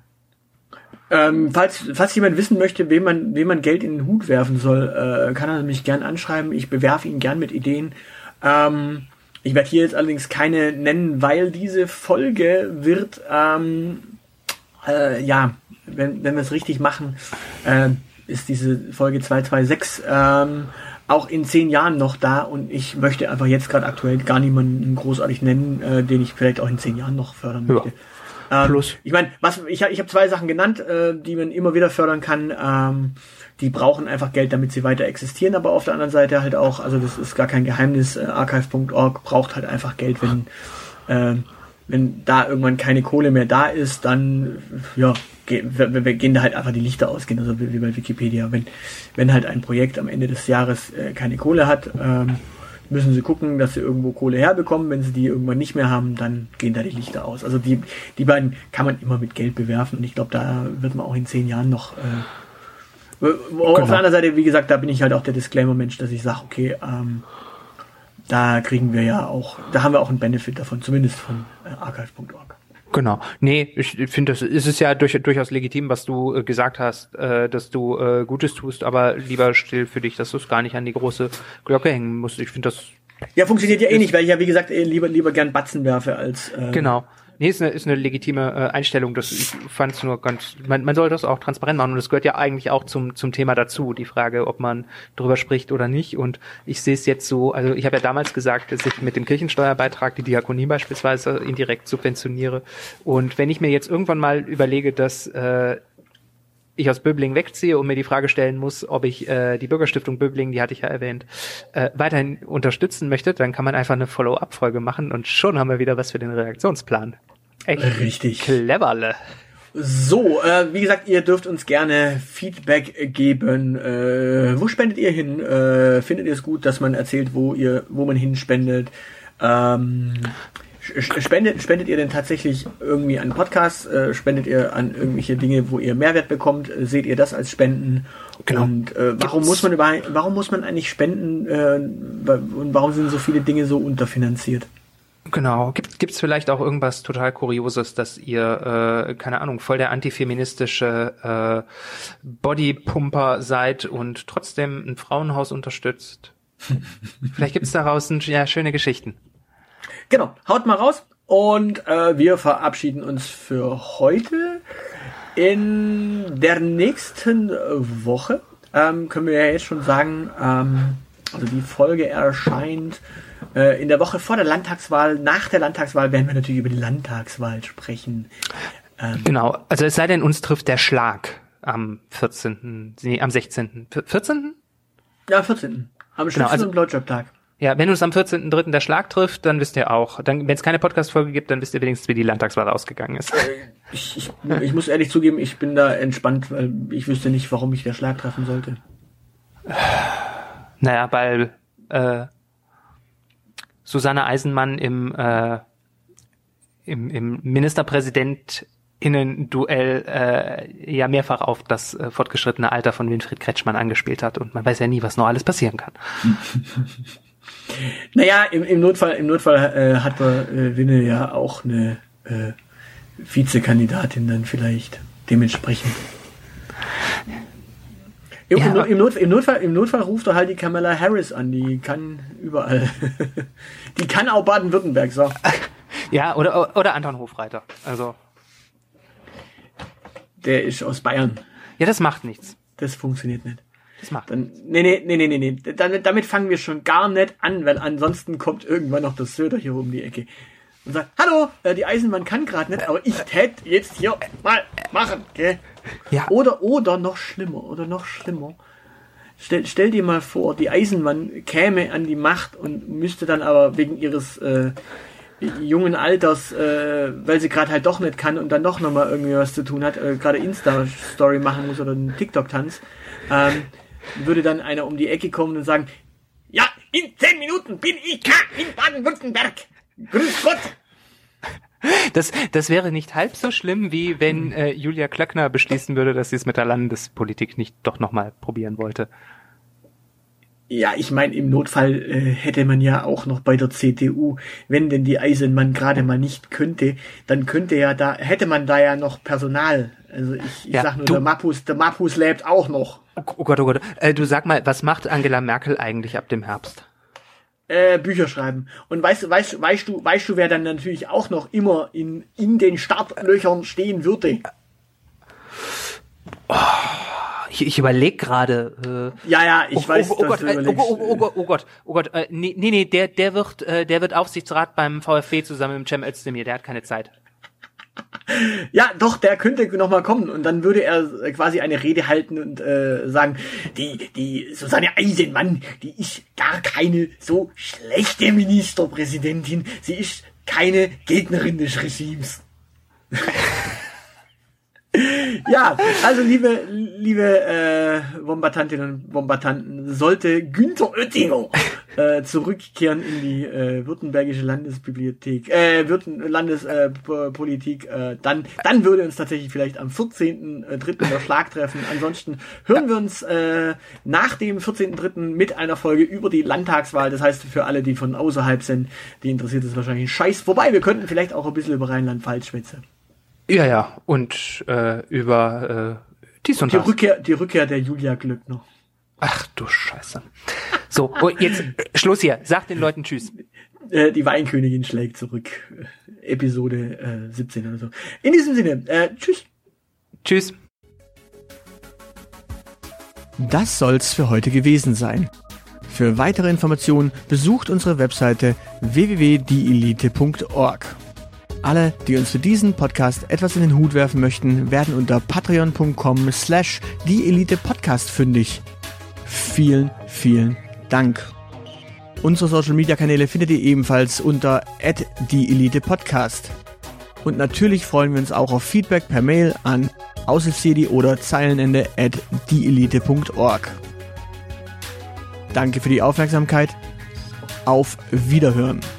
Ähm, falls, falls jemand wissen möchte, wem man, wem man Geld in den Hut werfen soll, äh, kann er mich gern anschreiben. Ich bewerfe ihn gern mit Ideen. Ähm, ich werde hier jetzt allerdings keine nennen, weil diese Folge wird, ähm, äh, ja, wenn, wenn wir es richtig machen, äh, ist diese Folge zweihundertsechsundzwanzig ähm, auch in zehn Jahren noch da und ich möchte einfach jetzt gerade aktuell gar niemanden großartig nennen, äh, den ich vielleicht auch in zehn Jahren noch fördern möchte. Ja. Ähm, Plus. Ich meine, was ich, ich habe zwei Sachen genannt, äh, die man immer wieder fördern kann. Ähm, die brauchen einfach Geld, damit sie weiter existieren, aber auf der anderen Seite halt auch, also das ist gar kein Geheimnis, äh, archive punkt org braucht halt einfach Geld, wenn äh, wenn da irgendwann keine Kohle mehr da ist, dann ja, ge- wir, wir gehen da halt einfach die Lichter ausgehen, also wie, wie bei Wikipedia. Wenn wenn halt ein Projekt am Ende des Jahres äh, keine Kohle hat, ähm, müssen sie gucken, dass sie irgendwo Kohle herbekommen. Wenn sie die irgendwann nicht mehr haben, dann gehen da die Lichter aus. Also die, die beiden kann man immer mit Geld bewerfen und ich glaube, da wird man auch in zehn Jahren noch äh, genau. Auf der anderen Seite, wie gesagt, da bin ich halt auch der Disclaimer-Mensch, dass ich sage, okay, ähm, da kriegen wir ja auch, da haben wir auch einen Benefit davon, zumindest von äh, archive punkt org. Genau. Nee, ich finde, das ist es ja durch, durchaus legitim, was du äh, gesagt hast, äh, dass du äh, Gutes tust, aber lieber still für dich, dass du es gar nicht an die große Glocke hängen musst. Ich finde das... Ja, funktioniert ja eh nicht, weil ich ja, wie gesagt, eh lieber lieber gern Batzen werfe als... Äh, genau. Nee, ist eine, ist eine legitime äh, Einstellung. Das, ich fand es nur ganz, man, man soll das auch transparent machen und das gehört ja eigentlich auch zum zum Thema dazu, die Frage, ob man drüber spricht oder nicht. Und ich sehe es jetzt so, also ich habe ja damals gesagt, dass ich mit dem Kirchensteuerbeitrag die Diakonie beispielsweise indirekt subventioniere. Und wenn ich mir jetzt irgendwann mal überlege, dass äh, ich aus Böblingen wegziehe und mir die Frage stellen muss, ob ich äh, die Bürgerstiftung Böblingen, die hatte ich ja erwähnt, äh, weiterhin unterstützen möchte, dann kann man einfach eine Follow-up-Folge machen und schon haben wir wieder was für den Reaktionsplan. Echt richtig cleverle. So, äh, wie gesagt, ihr dürft uns gerne Feedback geben. Äh, wo spendet ihr hin? Äh, findet ihr es gut, dass man erzählt, wo ihr, wo man hinspendet? Ähm, Spendet, spendet ihr denn tatsächlich irgendwie an Podcasts? Äh, spendet ihr an irgendwelche Dinge, wo ihr Mehrwert bekommt? Äh, seht ihr das als Spenden? Genau. Und äh, warum muss man über, warum muss man eigentlich spenden? Äh, und warum sind so viele Dinge so unterfinanziert? Genau. Gibt gibt's vielleicht auch irgendwas total Kurioses, dass ihr, äh, keine Ahnung, voll der antifeministische äh, Bodypumper seid und trotzdem ein Frauenhaus unterstützt? Vielleicht gibt's daraus ein, ja, schöne Geschichten. Genau, haut mal raus und äh, wir verabschieden uns für heute. In der nächsten Woche ähm, können wir ja jetzt schon sagen, ähm, also die Folge erscheint äh, in der Woche vor der Landtagswahl. Nach der Landtagswahl werden wir natürlich über die Landtagswahl sprechen. Ähm, genau, also es sei denn, uns trifft der Schlag am vierzehnten, nee, am sechzehnten. vierzehnten? Ja, vierzehnten. Am Genau, Schützen- also- und Blowjob-Tag. Ja, wenn uns am vierzehnten dritten der Schlag trifft, dann wisst ihr auch. Dann, wenn es keine Podcast-Folge gibt, dann wisst ihr wenigstens, wie die Landtagswahl ausgegangen ist. Ich, ich, ich muss ehrlich zugeben, ich bin da entspannt, weil ich wüsste nicht, warum mich der Schlag treffen sollte. Naja, weil äh, Susanne Eisenmann im, äh, im, im Ministerpräsidentinnen-Duell äh, ja mehrfach auf das äh, fortgeschrittene Alter von Winfried Kretschmann angespielt hat und man weiß ja nie, was noch alles passieren kann. Naja, im, im Notfall, im Notfall äh, hat der äh, Winne ja auch eine äh, Vizekandidatin dann vielleicht dementsprechend. Im, Ja, im, aber- im, Not, im, Notfall, Im Notfall ruft er halt die Kamala Harris an, die kann überall. Die kann auch Baden-Württemberg, so. Ja, oder oder Anton Hofreiter. Also, Der ist aus Bayern. ja, das macht nichts. Das funktioniert nicht. Das macht. Dann, nee, nee, nee, nee, nee, nee. Damit, damit fangen wir schon gar nicht an, weil ansonsten kommt irgendwann noch das Söder hier um die Ecke und sagt, hallo, äh, die Eisenbahn kann gerade nicht, aber ich tät jetzt hier mal machen, gell? Ja. Oder, oder noch schlimmer, oder noch schlimmer. Stell, stell dir mal vor, die Eisenbahn käme an die Macht und müsste dann aber wegen ihres äh, jungen Alters, äh, weil sie gerade halt doch nicht kann und dann doch nochmal irgendwie was zu tun hat, äh, gerade Insta-Story machen muss oder einen TikTok-Tanz, ähm, würde dann einer um die Ecke kommen und sagen, ja, in zehn Minuten bin ich da in Baden-Württemberg. Grüß Gott. Das, das wäre nicht halb so schlimm, wie wenn äh, Julia Klöckner beschließen würde, dass sie es mit der Landespolitik nicht doch nochmal probieren wollte. Ja, ich meine, im Notfall äh, hätte man ja auch noch bei der C D U, wenn denn die Eisenmann gerade mal nicht könnte, dann könnte ja da, hätte man da ja noch Personal. Also ich, ich ja, sag nur, du, der Mappus, der Mappus lebt auch noch. Oh Gott, oh Gott. Äh, du sag mal, was macht Angela Merkel eigentlich ab dem Herbst? Äh, Bücher schreiben. Und weißt du, weißt, weißt du, weißt du, wer dann natürlich auch noch immer in, in den Startlöchern stehen würde? Oh, ich, ich überlege gerade. Äh, ja, ja, ich oh, weiß, oh, oh, dass Gott, du äh, überlegst. Oh, oh, oh, Gott, oh Gott, oh Gott, äh, nee, nee, nee, der, der wird, äh, der wird Aufsichtsrat beim VfB zusammen mit Cem Özdemir. Der hat keine Zeit. Ja, doch, der könnte noch mal kommen und dann würde er quasi eine Rede halten und äh, sagen, die die Susanne Eisenmann, die ist gar keine so schlechte Ministerpräsidentin, sie ist keine Gegnerin des Regimes. Ja, also liebe liebe äh, Bombardantinnen und Bombardanten, sollte Günther Oettinger äh, zurückkehren in die äh, württembergische Landesbibliothek, äh, Würden Landespolitik, äh, äh, dann dann würde uns tatsächlich vielleicht am vierzehnten dritten der Schlag treffen. Ansonsten hören wir uns äh, nach dem vierzehnten dritten mit einer Folge über die Landtagswahl. Das heißt, für alle, die von außerhalb sind, die interessiert es wahrscheinlich ein Scheiß. Wobei, wir könnten vielleicht auch ein bisschen über Rheinland-Pfalz schwätzen. Ja, ja, und äh, über äh, dies und die das. Rückkehr, die Rückkehr der Julia Glöckner. Ach du Scheiße. So, oh, jetzt äh, Schluss hier. Sag den Leuten Tschüss. Äh, die Weinkönigin schlägt zurück. Episode äh, siebzehn oder so. In diesem Sinne, äh, tschüss. Tschüss. Das soll's für heute gewesen sein. Für weitere Informationen besucht unsere Webseite w w w punkt die elite punkt org. Alle, die uns für diesen Podcast etwas in den Hut werfen möchten, werden unter patreon punkt com slash die Elite Podcast fündig. Vielen, vielen Dank. Unsere Social Media Kanäle findet ihr ebenfalls unter at die Elite Podcast. Und natürlich freuen wir uns auch auf Feedback per Mail an aushilfsjedi oder Zeilenende at die elite punkt org. Danke für die Aufmerksamkeit. Auf Wiederhören.